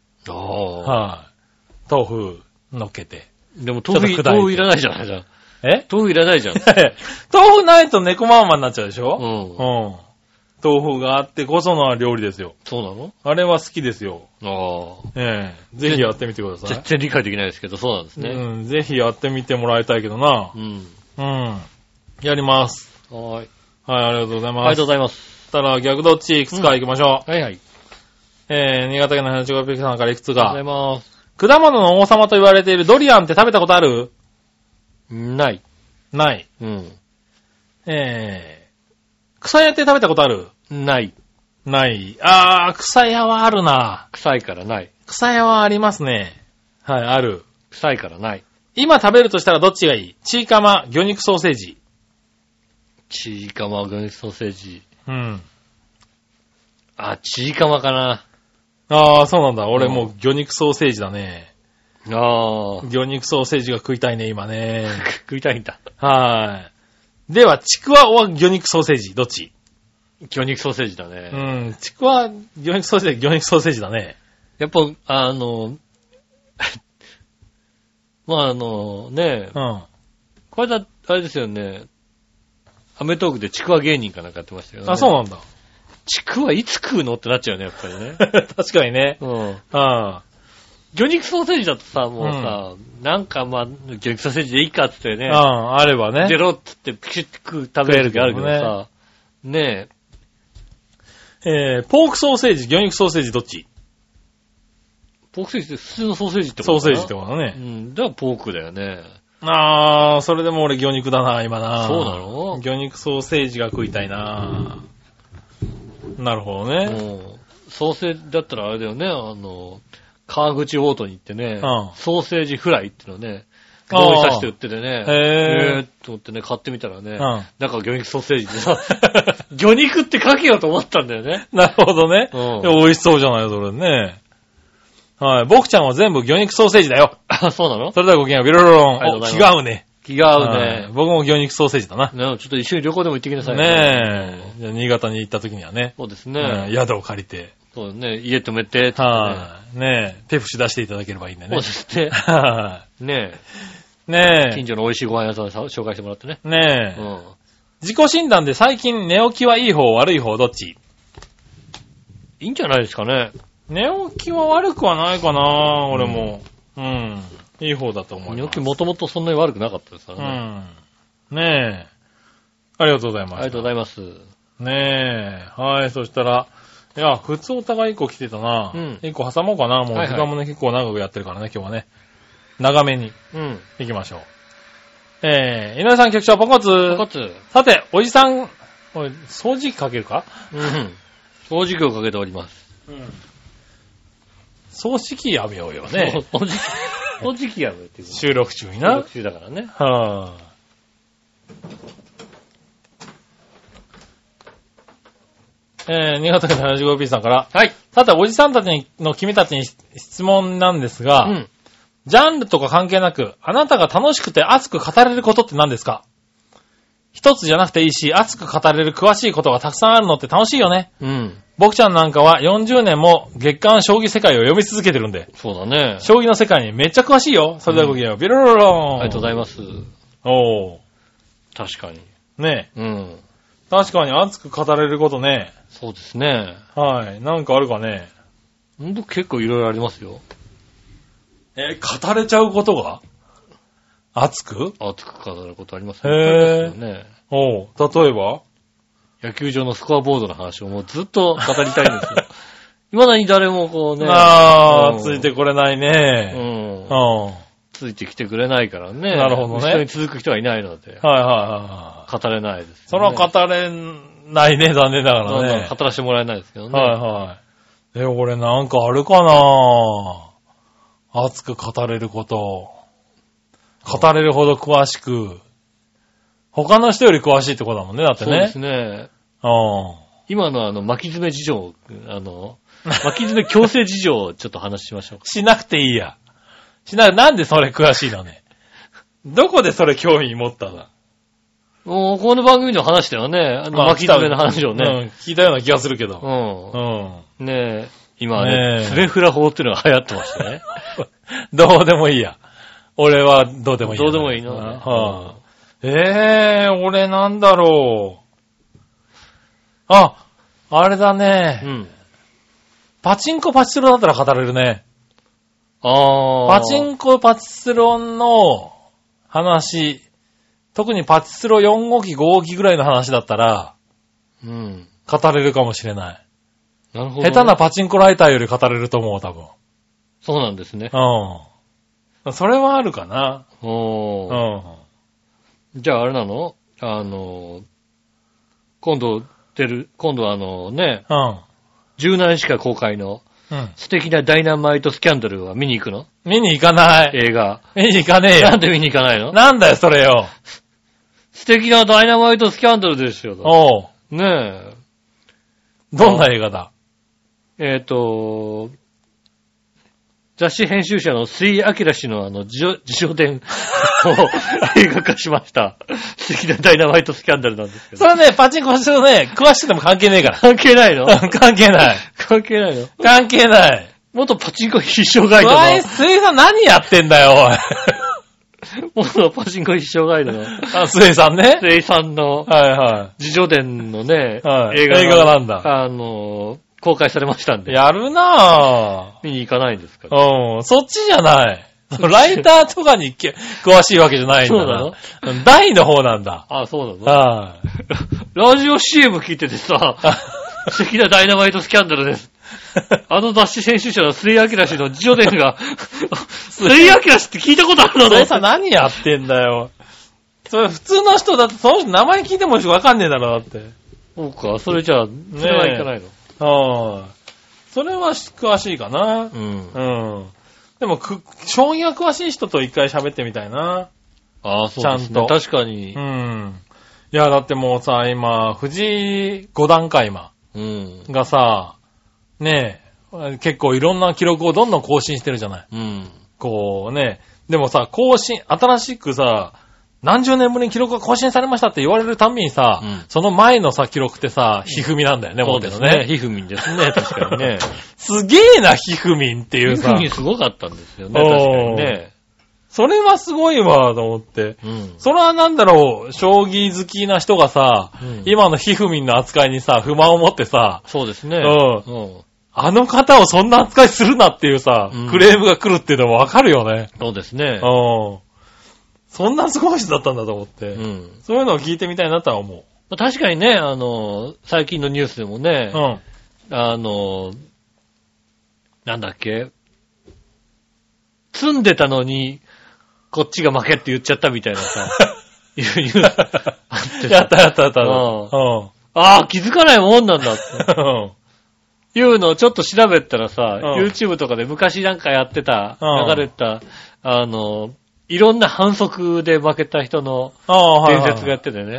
豆腐乗っけて。 でも豆腐いらないじゃん。豆腐いらないじゃん。 豆腐ないと猫まんまになっちゃうでしょ？豆腐があってこその料理ですよ。 そうなの？ あれは好きですよ。ぜひやってみてください。 全然理解できないですけど、そうなんですね。 ぜひやってみてもらいたいけどな。やります。 はい、 ありがとうございます。 ありがとうございます。 たら逆どっちいくつか行きましょう。 はい。 新潟県の花ちごぴきさんからいくつか。 ありがとうございます。 果物の王様と言われているドリアンって食べたことある？ ない。 ない。草屋って食べたことある？ ない。 ない。草屋はあるな。 臭いからない。 草屋はありますね。はい、ある。 臭いからない。 今食べるとしたらどっちがいい？チーカマ、魚肉ソーセージ。 チーカマ、魚肉ソーセージ。 うん。 チーカマかな。 そうなんだ。俺もう魚肉ソーセージだね。魚肉ソーセージが食いたいね、今ね。 食いたいんだ。 はい。では、ちくわは魚肉ソーセージ、どっち？ 魚肉ソーセージだね。 うん。ちくわ、魚肉ソーセージだね。 やっぱ、ねえ。 うん。 これだ、あれですよね。アメトークでちくわ芸人かなんかやってましたよね。 そうなんだ。 ちくわいつ食うのってなっちゃうね、やっぱりね。 確かにね。 うん。魚肉ソーセージだとさ、もうさ、なんか魚肉ソーセージでいいかってってね。 あればね。 ゼロってってピシッと食べる時あるけどさ。ねえ。ポークソーセージ、魚肉ソーセージどっち？ ポークソーセージって普通のソーセージってこと？ ソーセージってことだね。 うん。だからポークだよね。 それでも俺魚肉だな、今な。 そうなの？ 魚肉ソーセージが食いたいな。なるほどね。 ソーセージだったらあれだよね、川口オートに行ってね、ソーセージフライってのね、同意させて売っててね、と思ってね、買ってみたらね、なんか魚肉ソーセージでさ、魚肉って書けようと思ったんだよね。 なるほどね。美味しそうじゃないよ、それね。はい。僕ちゃんは全部魚肉ソーセージだよ。 そうなの？ それではごきげんよう、ビロロロン。気が合うね。 気が合うね。 僕も魚肉ソーセージだな。 ちょっと一緒に旅行でも行ってきなさいねえ。じゃあ新潟に行った時にはね。 そうですね。 宿を借りて。 そうね。家泊めて。 ねえ。ペプシ出していただければいいんだね。 そうですね。ねえ。ねえ。 近所の美味しいご飯屋さん紹介してもらってね。 ねえ。自己診断で最近寝起きはいい方悪い方どっち？ いいんじゃないですかね。 寝起きは悪くはないかな、俺も。いい方だと思います。 寝起きもともとそんなに悪くなかったですからね。ねえ。ありがとうございます。 ありがとうございます。 ねえ。はい、そしたら、いや、普通お互い1個来てたな。1個挟もうかな。もう時間もね、結構長くやってるからね、今日はね。長めに。行きましょう。井上さん局長、ポコツ。 ポコツ。 さて、おじさん、掃除機かけるか？ 掃除機をかけております。 掃除機やめようよね。 掃除機やめようっていう。 収録中にな。 収録中だからね。 新潟県 75P さんから。 はい。 さて、おじさんたちの君たちに質問なんですが、ジャンルとか関係なく、あなたが楽しくて熱く語れることって何ですか？一つじゃなくていいし、熱く語れる詳しいことがたくさんあるのって楽しいよね。僕ちゃんなんかは40年も月刊将棋世界を読み続けてるんで。 そうだね。 将棋の世界にめっちゃ詳しいよ。それではごきげんよう。ビロロローン。 ありがとうございます。確かに。 ねえ。確かに熱く語れることね。 そうですね。 はい。なんかあるかね。 結構いろいろありますよ。 語れちゃうことが熱く語ることありますね。例えば野球場のスコアボードの話をもうずっと語りたいんですよ。未だに誰もこうね。 ついてこれないね。 ついてきてくれないからね。 なるほどね。 一緒に続く人はいないので。語れないです、ね。 それは語れないね、残念ながらね。 語らせてもらえないですけどね。 俺なんかあるかな？熱く語れること。語れるほど詳しく。他の人より詳しいってことだもんね、だってね。 そうですね。今の巻き爪事情、巻き爪強制事情をちょっと話しましょうか。 しなくていいや。なんでそれ詳しいのね。どこでそれ興味持ったんだ？ もう、この番組でも話したよね。巻き爪の話をね。 聞いたような気がするけど。 ねえ、今ね、スレフラ法っていうのが流行ってましてね。 どうでもいいや。俺はどうでもいいや。 どうでもいいの？ 俺なんだろう。あれだね。パチンコパチスロだったら語れるね。パチンコパチスロの話、特にパチスロ4号機5号機ぐらいの話だったら、語れるかもしれない。 なるほど、ね。 下手なパチンコライターより語れると思う、多分。 そうなんですね。 それはあるかな。 じゃああれなの今度 17日から公開の、素敵なダイナマイトスキャンダルは見に行くの？ 見に行かない。 映画。 見に行かねえよ。 なんで見に行かないの？ なんだよ、それよ。 素敵なダイナマイトスキャンダルですよ。 おう。 ねえ。 どんな映画だ？ 雑誌編集者の杉明氏の自叙伝を映画化しました。素敵なダイナマイトスキャンダルなんですけど。 それね、パチンコのね、詳しくても関係ねえから。 関係ないの？ 関係ない。 関係ないの？ 関係ない。 元パチンコ必勝ガイドの。 スイさん何やってんだよ、おい。 元パチンコ必勝ガイドの。 スイさんね。 スイさんの。 はいはい。 自叙伝のね、 はい、 映画がなんだ。 公開されましたんで。 やるなぁ。 見に行かないんですか？ うん。そっちじゃない。ライターとかに詳しいわけじゃないんだ。そうなの？大の方なんだ。 あ、そうなの？ はい。 ラジオ CM 聞いててさ、素敵なダイナマイトスキャンダルです。雑誌編集者のスイアキラ氏の自叙伝が、スイアキラ氏って聞いたことあるの？ それさ、何やってんだよ。それ普通の人だって、その人名前聞いてもわかんねえだろ、だって。 そうか、それじゃあ、それはいかないの？ はい。それは詳しいかな。うん。でも、将棋が詳しい人と一回喋ってみたいな。 ああ、そうですね。ちゃんと。確かに。 うん。いや、だってもうさ、今、藤井五段階馬がさ、ねえ、結構いろんな記録をどんどん更新してるじゃない。うん。こうね、でもさ、新しくさ、何十年ぶりに記録が更新されましたって言われるたんびにさ、その前のさ、記録ってさ、ひふみなんだよね、 そうですね。ひふみんですね、確かにね。 すげえな、ひふみんっていうさ。 ひふみんすごかったんですよね、確かにね。 それはすごいわ、と思って。それはなんだろう、将棋好きな人がさ、今のひふみんの扱いにさ、不満を持ってさ、 そうですね。 あの方をそんな扱いするなっていうさ、クレームが来るっていうのもわかるよね。 そうですね。 そんなすごい人だったんだと思って、そういうのを聞いてみたいなとは思う。確かにね、最近のニュースでもね、なんだっけ、積んでたのに、こっちが負けって言っちゃったみたいなさ、いうニュースあってやった。 ああ、気づかないもんなんだって。いうのをちょっと調べたらさ、YouTube とかで昔なんかやってた、流れた、いろんな反則で負けた人の伝説がやっててね。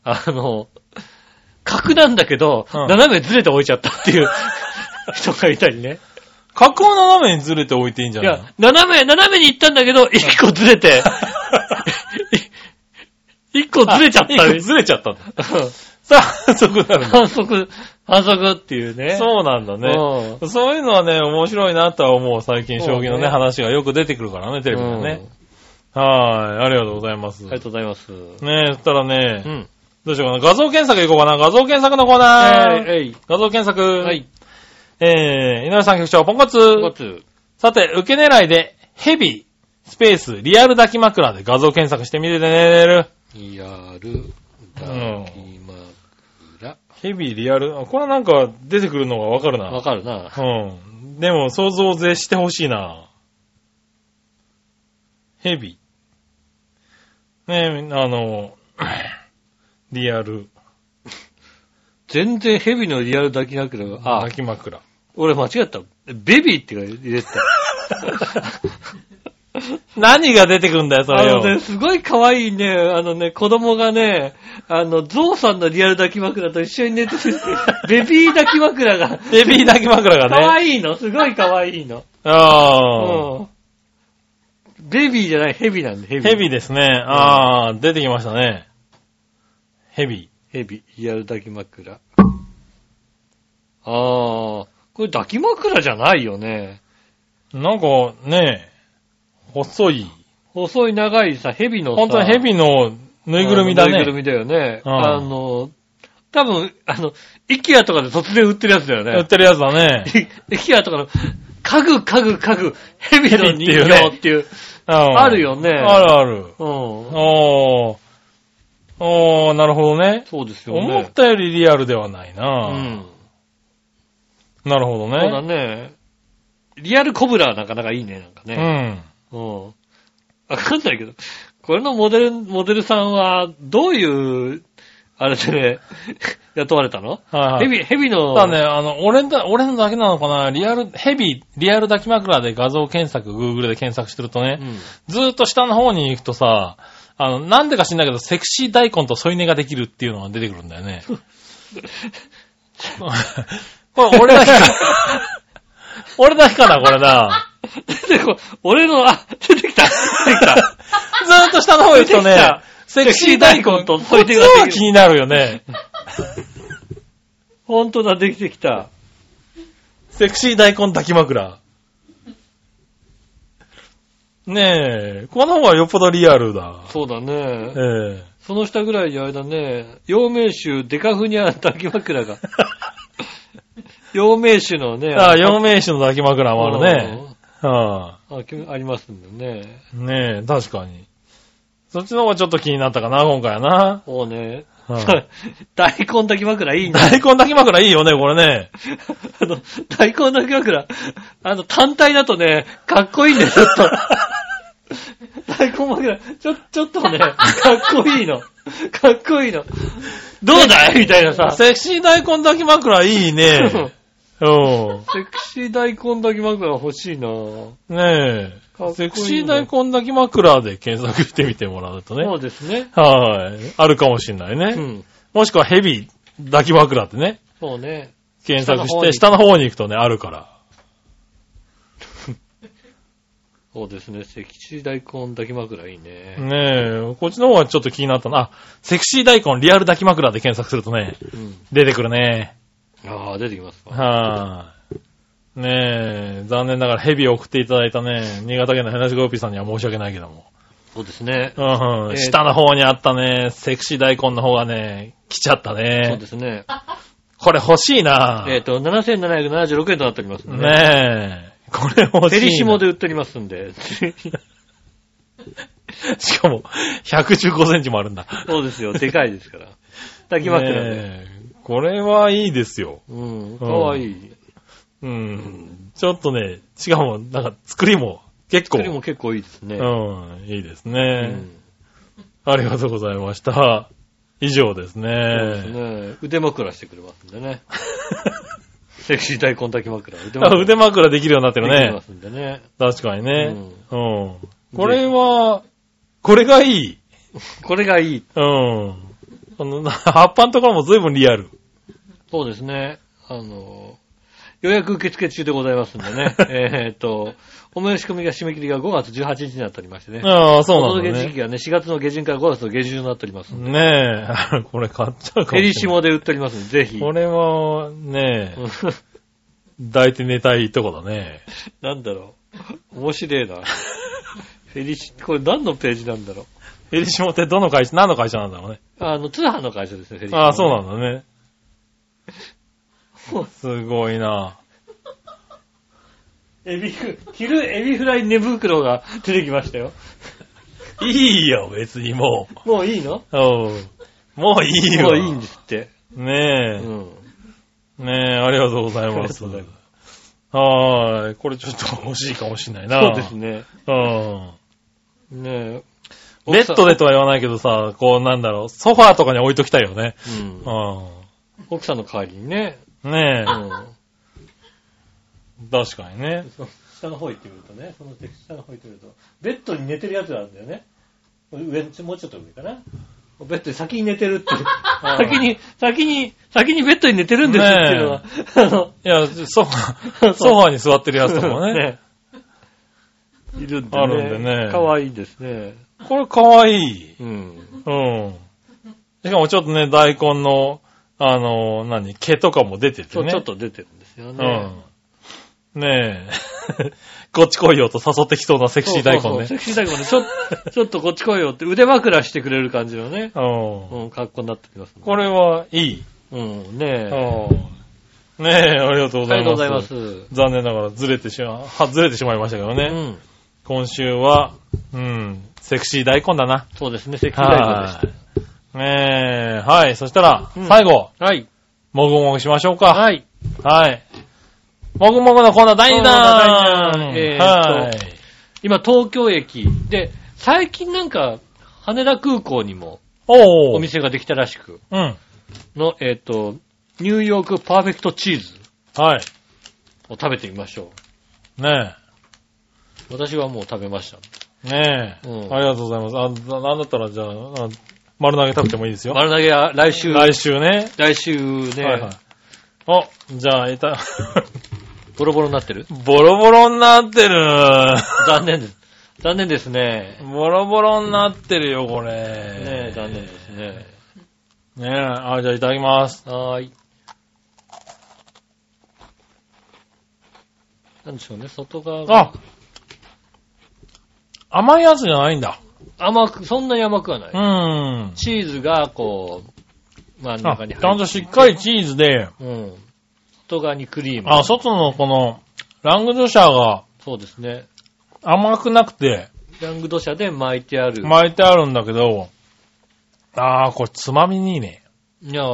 角なんだけど、斜めずれて置いちゃったっていう人がいたりね。 角を斜めにずれて置いていいんじゃない？いや、 斜めに行ったんだけど、一個ずれて、一個ずれちゃった。 一個ずれちゃったんだ。さあ、反則なの。 反則っていうね。 そうなんだね。そういうのはね、面白いなとは思う。最近将棋のね、話がよく出てくるからね、テレビでね。はい、ありがとうございます。 ありがとうございます。 ねえ、そしたらね、どうしようかな。画像検索いこうかな。画像検索のコーナー。画像検索。はい。井上さん局長、ポンコツ。さて、受け狙いで、ヘビ、スペース、リアル抱き枕で画像検索してみてね。 リアル抱き枕。 ヘビ、リアル、これなんか出てくるのがわかるな。 わかるな。 でも、想像を絶してほしいな。ヘビ。ねえ、リアル。 全然ヘビのリアル抱き枕が。 抱き枕。 俺間違った。ベビーって入れてた。 何が出てくんだよ、それよ。 すごい可愛いね、子供がね、ゾウさんのリアル抱き枕と一緒に寝てる。ベビー抱き枕が。 ベビー抱き枕がね。 可愛いの。すごい可愛いの。ベビーじゃない、ヘビなんで、 ヘビですね。出てきましたね。ヘビ。 リアル抱き枕。これ抱き枕じゃないよね。 なんかね、細い長いさ、ヘビのさ。 本当にヘビのぬいぐるみだね。 ぬいぐるみだよね。多分、イケアとかで突然売ってるやつだよね。 売ってるやつだね。 イケアとかの、家具、ヘビの人形っていう、あるよね。 ある。なるほどね。 そうですよね。 思ったよりリアルではないな。なるほどね。 そうだね。リアルコブラはなかなかいいね、なんかね。わかんないけど、これのモデルさんは、どういう、 あれでね、雇われたの？ はい。 ヘビの。 ただね、俺のだけなのかな、リアル抱き枕で画像検索、Google で検索してるとね、ずーっと下の方に行くとさ、なんでか知んないけど、セクシー大根と添い寝ができるっていうのが出てくるんだよね。これ俺だけか。俺だけかな、これな。 俺の、出てきた。ずーっと下の方行くとね、セクシー大根と添い寝ができる。気になるよね。 ほんとだ、できてきた。 セクシー大根抱き枕。ねえ、この方がよっぽどリアルだ。 そうだね。その下ぐらいにあれだね、陽明酒デカフニャ抱き枕が。陽明酒のね。 陽明酒の抱き枕もあるね。 ありますんでね。 ねえ、確かに。そっちの方がちょっと気になったかな、今回はな。 そうね。大根抱き枕いいね。 大根抱き枕いいよね、これね。 大根抱き枕、単体だとね、かっこいいんだよ、ちょっと。大根枕、ちょっとね、かっこいいの。かっこいいの。どうだいみたいなさ。 セクシー大根抱き枕いいね。セクシー大根抱き枕欲しいな。 ねえ。セクシー大根抱き枕で検索してみてもらうとね。 そうですね。 はい。あるかもしれないね。もしくはヘビ抱き枕ってね。 そうね。 検索して、下の方に行くとね、あるから。 そうですね。セクシー大根抱き枕いいね。 ねえ、こっちの方がちょっと気になったな。セクシー大根リアル抱き枕で検索するとね、出てくるね。 出てきますか。 はい。ねえ、残念ながらヘビを送っていただいたね、新潟県のヘナシゴヨピさんには申し訳ないけども。 そうですね。 下の方にあったね、セクシー大根の方がね、来ちゃったね。 そうですね。 これ欲しいな。 7776円となっておりますね。 ねえ。これ欲しいな。 ペリシモで売っておりますんで。 しかも、115センチもあるんだ。 そうですよ。でかいですから。抱き枕で。 これはいいですよ。 かわいい。 ちょっとね、しかも、なんか作りも結構。 作りも結構いいですね。 いいですね。ありがとうございました。以上ですね。 そうですね。腕枕してくれますんでね。セクシー大根抱き枕。 腕枕できるようになってるね。 できますんでね。 確かにね。これがいい。 これがいい。 葉っぱのところも随分リアル。 そうですね。予約受付中でございますんでね。お申し込みが締め切りが5月18日になっておりましてね。 そうなんですね。 お届け時期がね、4月の下旬から5月の下旬になっておりますんで。 ねえ、これ買っちゃうかもしれない。 ペリシモで売っておりますんで、ぜひ。 これは、ねえ、抱いて寝たいとこだね。 なんだろう。面白いな。これ何のページなんだろう。 ペリシモって何の会社なんだろうね。 通販の会社ですね、フェリシモ。 そうなんだね。すごいな。 着るエビフライ寝袋が出てきましたよ。 いいよ、別にもう。もういいの？ もういいよ。 もういいんですって。 ねえ。ねえ、ありがとうございます。はい。これちょっと欲しいかもしれないな。 そうですね。ねえ。 ベッドでとは言わないけどさ、こうなんだろう、ソファーとかに置いときたいよね。 奥さんの代わりにね。 ねえ。確かにね。 下の方行ってみるとね、下の方行ってみると、ベッドに寝てるやつがあるんだよね。もうちょっと上かな。ベッドに先に寝てるっていう。先にベッドに寝てるんですっていうのは。 いや、ソファーに座ってるやつとかもね。 いるんでね。 あるんでね。 かわいいですね。 これかわいい。しかもちょっとね、大根の、毛とかも出ててね。 ちょっと出てるんですよね。 ねえ。こっち来いよと誘ってきそうなセクシー大根ね。 セクシー大根ね。ちょっとこっち来いよって腕枕してくれる感じのね。格好になってきますね。 これはいい。 ねえ。 ねえ、ありがとうございます。 ありがとうございます。 残念ながらずれてしまいましたけどね。今週は、セクシー大根だな。 そうですね、セクシー大根でした。 ねえ、はい。そしたら、最後。 はい。 もぐもぐしましょうか。 はい。 はい。もぐもぐのコーナー第2弾。 はい。今、東京駅で、最近なんか、羽田空港にも、 お店ができたらしく。 うん。 の、ニューヨークパーフェクトチーズ。 はい。 を食べてみましょう。ねえ。私はもう食べました。 ねえ。うん。ありがとうございます。なんだったらじゃあ、丸投げ食べてもいいですよ。 丸投げは来週。 来週ね。 来週ね。はいはい。 じゃあ、 ボロボロになってる？ ボロボロになってる。 残念です。残念ですね。 ボロボロになってるよ、これ。 ねえ、残念ですね。 ねえ、じゃあいただきます。 はーい。なんでしょうね、外側が。 甘いやつじゃないんだ。 そんなに甘くはない。チーズが、こう、真ん中に入って。 ちゃんとしっかりチーズで。 外側にクリーム。 外のこの、ラングドシャが。 そうですね。 甘くなくて。 ラングドシャで巻いてある。 巻いてあるんだけど、これつまみにいいね。 いや、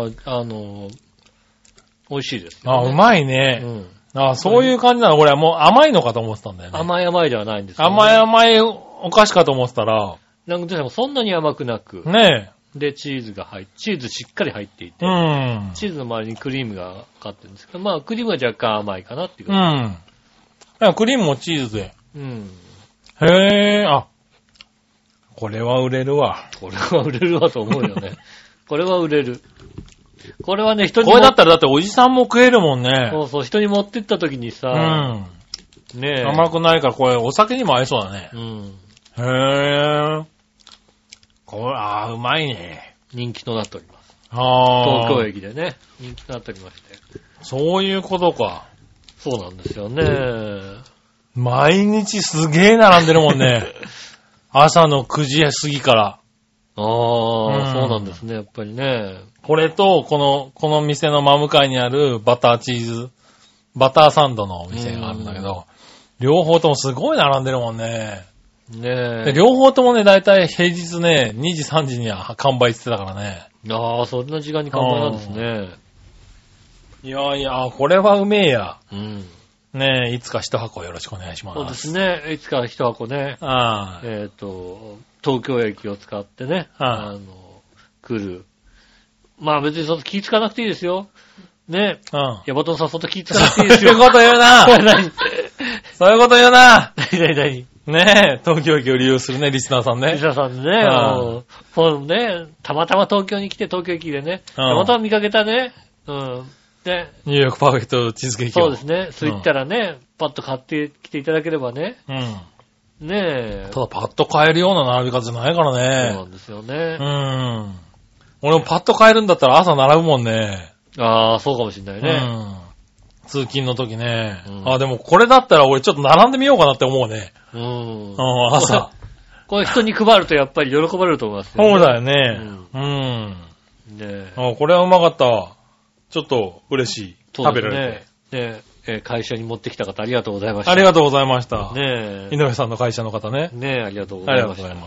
美味しいです、 ね。うまいね。そういう感じなの。これもう甘いのかと思ってたんだよね。 甘いではないんですよ、ね。甘いお菓子かと思ってたら。 ラングドシャもそんなに甘くなく。 ねえ。で、チーズしっかり入っていて。チーズの周りにクリームがかかってるんですけど、クリームは若干甘いかなっていう感じ。クリームもチーズで。へえ、これは売れるわ。 これは売れるわと思うよね。これは売れる。これはね、 これだったらだっておじさんも食えるもんね。 そうそう、人に持ってった時にさ、 ねえ。甘くないからこれお酒にも合いそうだね。へえ。これ、うまいね。 人気となっております。東京駅でね、人気となっておりまして。 そういうことか。 そうなんですよね。 毎日すげえ並んでるもんね。朝の9時過ぎから。 そうなんですね、やっぱりね。 これと、この店の真向かいにあるバターサンドのお店があるんだけど、両方ともすごい並んでるもんね。 ねえ。両方ともね、だいたい平日ね、2時3時には完売してたからね。 そんな時間に完売なんですね。 いや、これはうめえや。ねえ、いつか一箱よろしくお願いします。 そうですね。いつか一箱ね。東京駅を使ってね、来る。別にそんな気ぃつかなくていいですよ。ね。ヤバトンさんそんな気ぃつかなくていいですよ。 そういうこと言うなそういうこと言うな何ねえ、東京駅を利用するね、リスナーさんね。 リスナーさんね、たまたま東京に来て東京駅でね、たまたま見かけたね、ね。 ニューヨークパーフェクトチーズケーキを。 そうですね。そう言ったらね、パッと買ってきていただければね。ねえ。 ただパッと買えるような並び方じゃないからね。 そうなんですよね。 俺もパッと買えるんだったら朝並ぶもんね。 そうかもしんないね。 通勤の時ね。でもこれだったら俺ちょっと並んでみようかなって思うね。朝。 これ人に配るとやっぱり喜ばれると思いますよね。 そうだよね。ねこれはうまかったわ。ちょっと嬉しい。食べられて。会社に持ってきた方ありがとうございました。 ありがとうございました。 ね井上さんの会社の方ね。 ありがとうございました。ありがとうございます。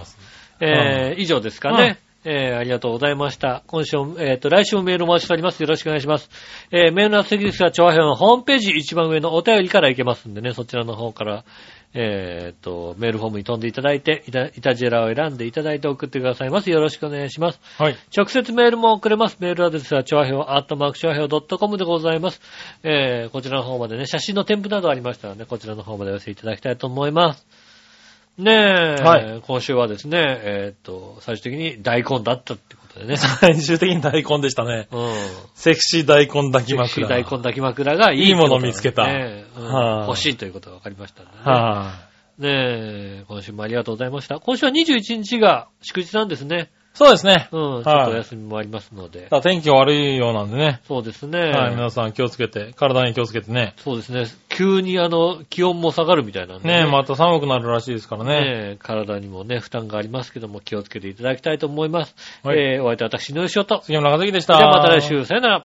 以上ですかね。ありがとうございました。今週、来週もメールお待ちしております。よろしくお願いします。メールの先ですが、調和表のホームページ一番上のお便りからいけますんでね、そちらの方から、メールフォームに飛んでいただいて、イタジェラを選んでいただいて送ってくださいます。よろしくお願いします。 はい。 直接メールも送れます。メールアドレスは、調和表、調和表 .com でございます。こちらの方までね、写真の添付などありましたらね、こちらの方までお寄せいただきたいと思います。ねえ、はい、今週はですね、最終的に大根だったってことでね。 最終的に大根でしたね。セクシー大根抱き枕。 セクシー大根抱き枕がいいものを見つけた。 欲しいということが分かりましたね。ねえ、今週もありがとうございました。今週は21日が祝日なんですね。 そうですね。 ちょっとお休みもありますので。 天気悪いようなんでね。 そうですね。 はい、皆さん気をつけて、体に気をつけてね。 そうですね。急に気温も下がるみたいなんでね。また寒くなるらしいですからね。 ね、体にもね、負担がありますけども、気をつけていただきたいと思います。はい、お相手は私、井上翔と。 杉村和樹でした。 ではまた来週、さよなら。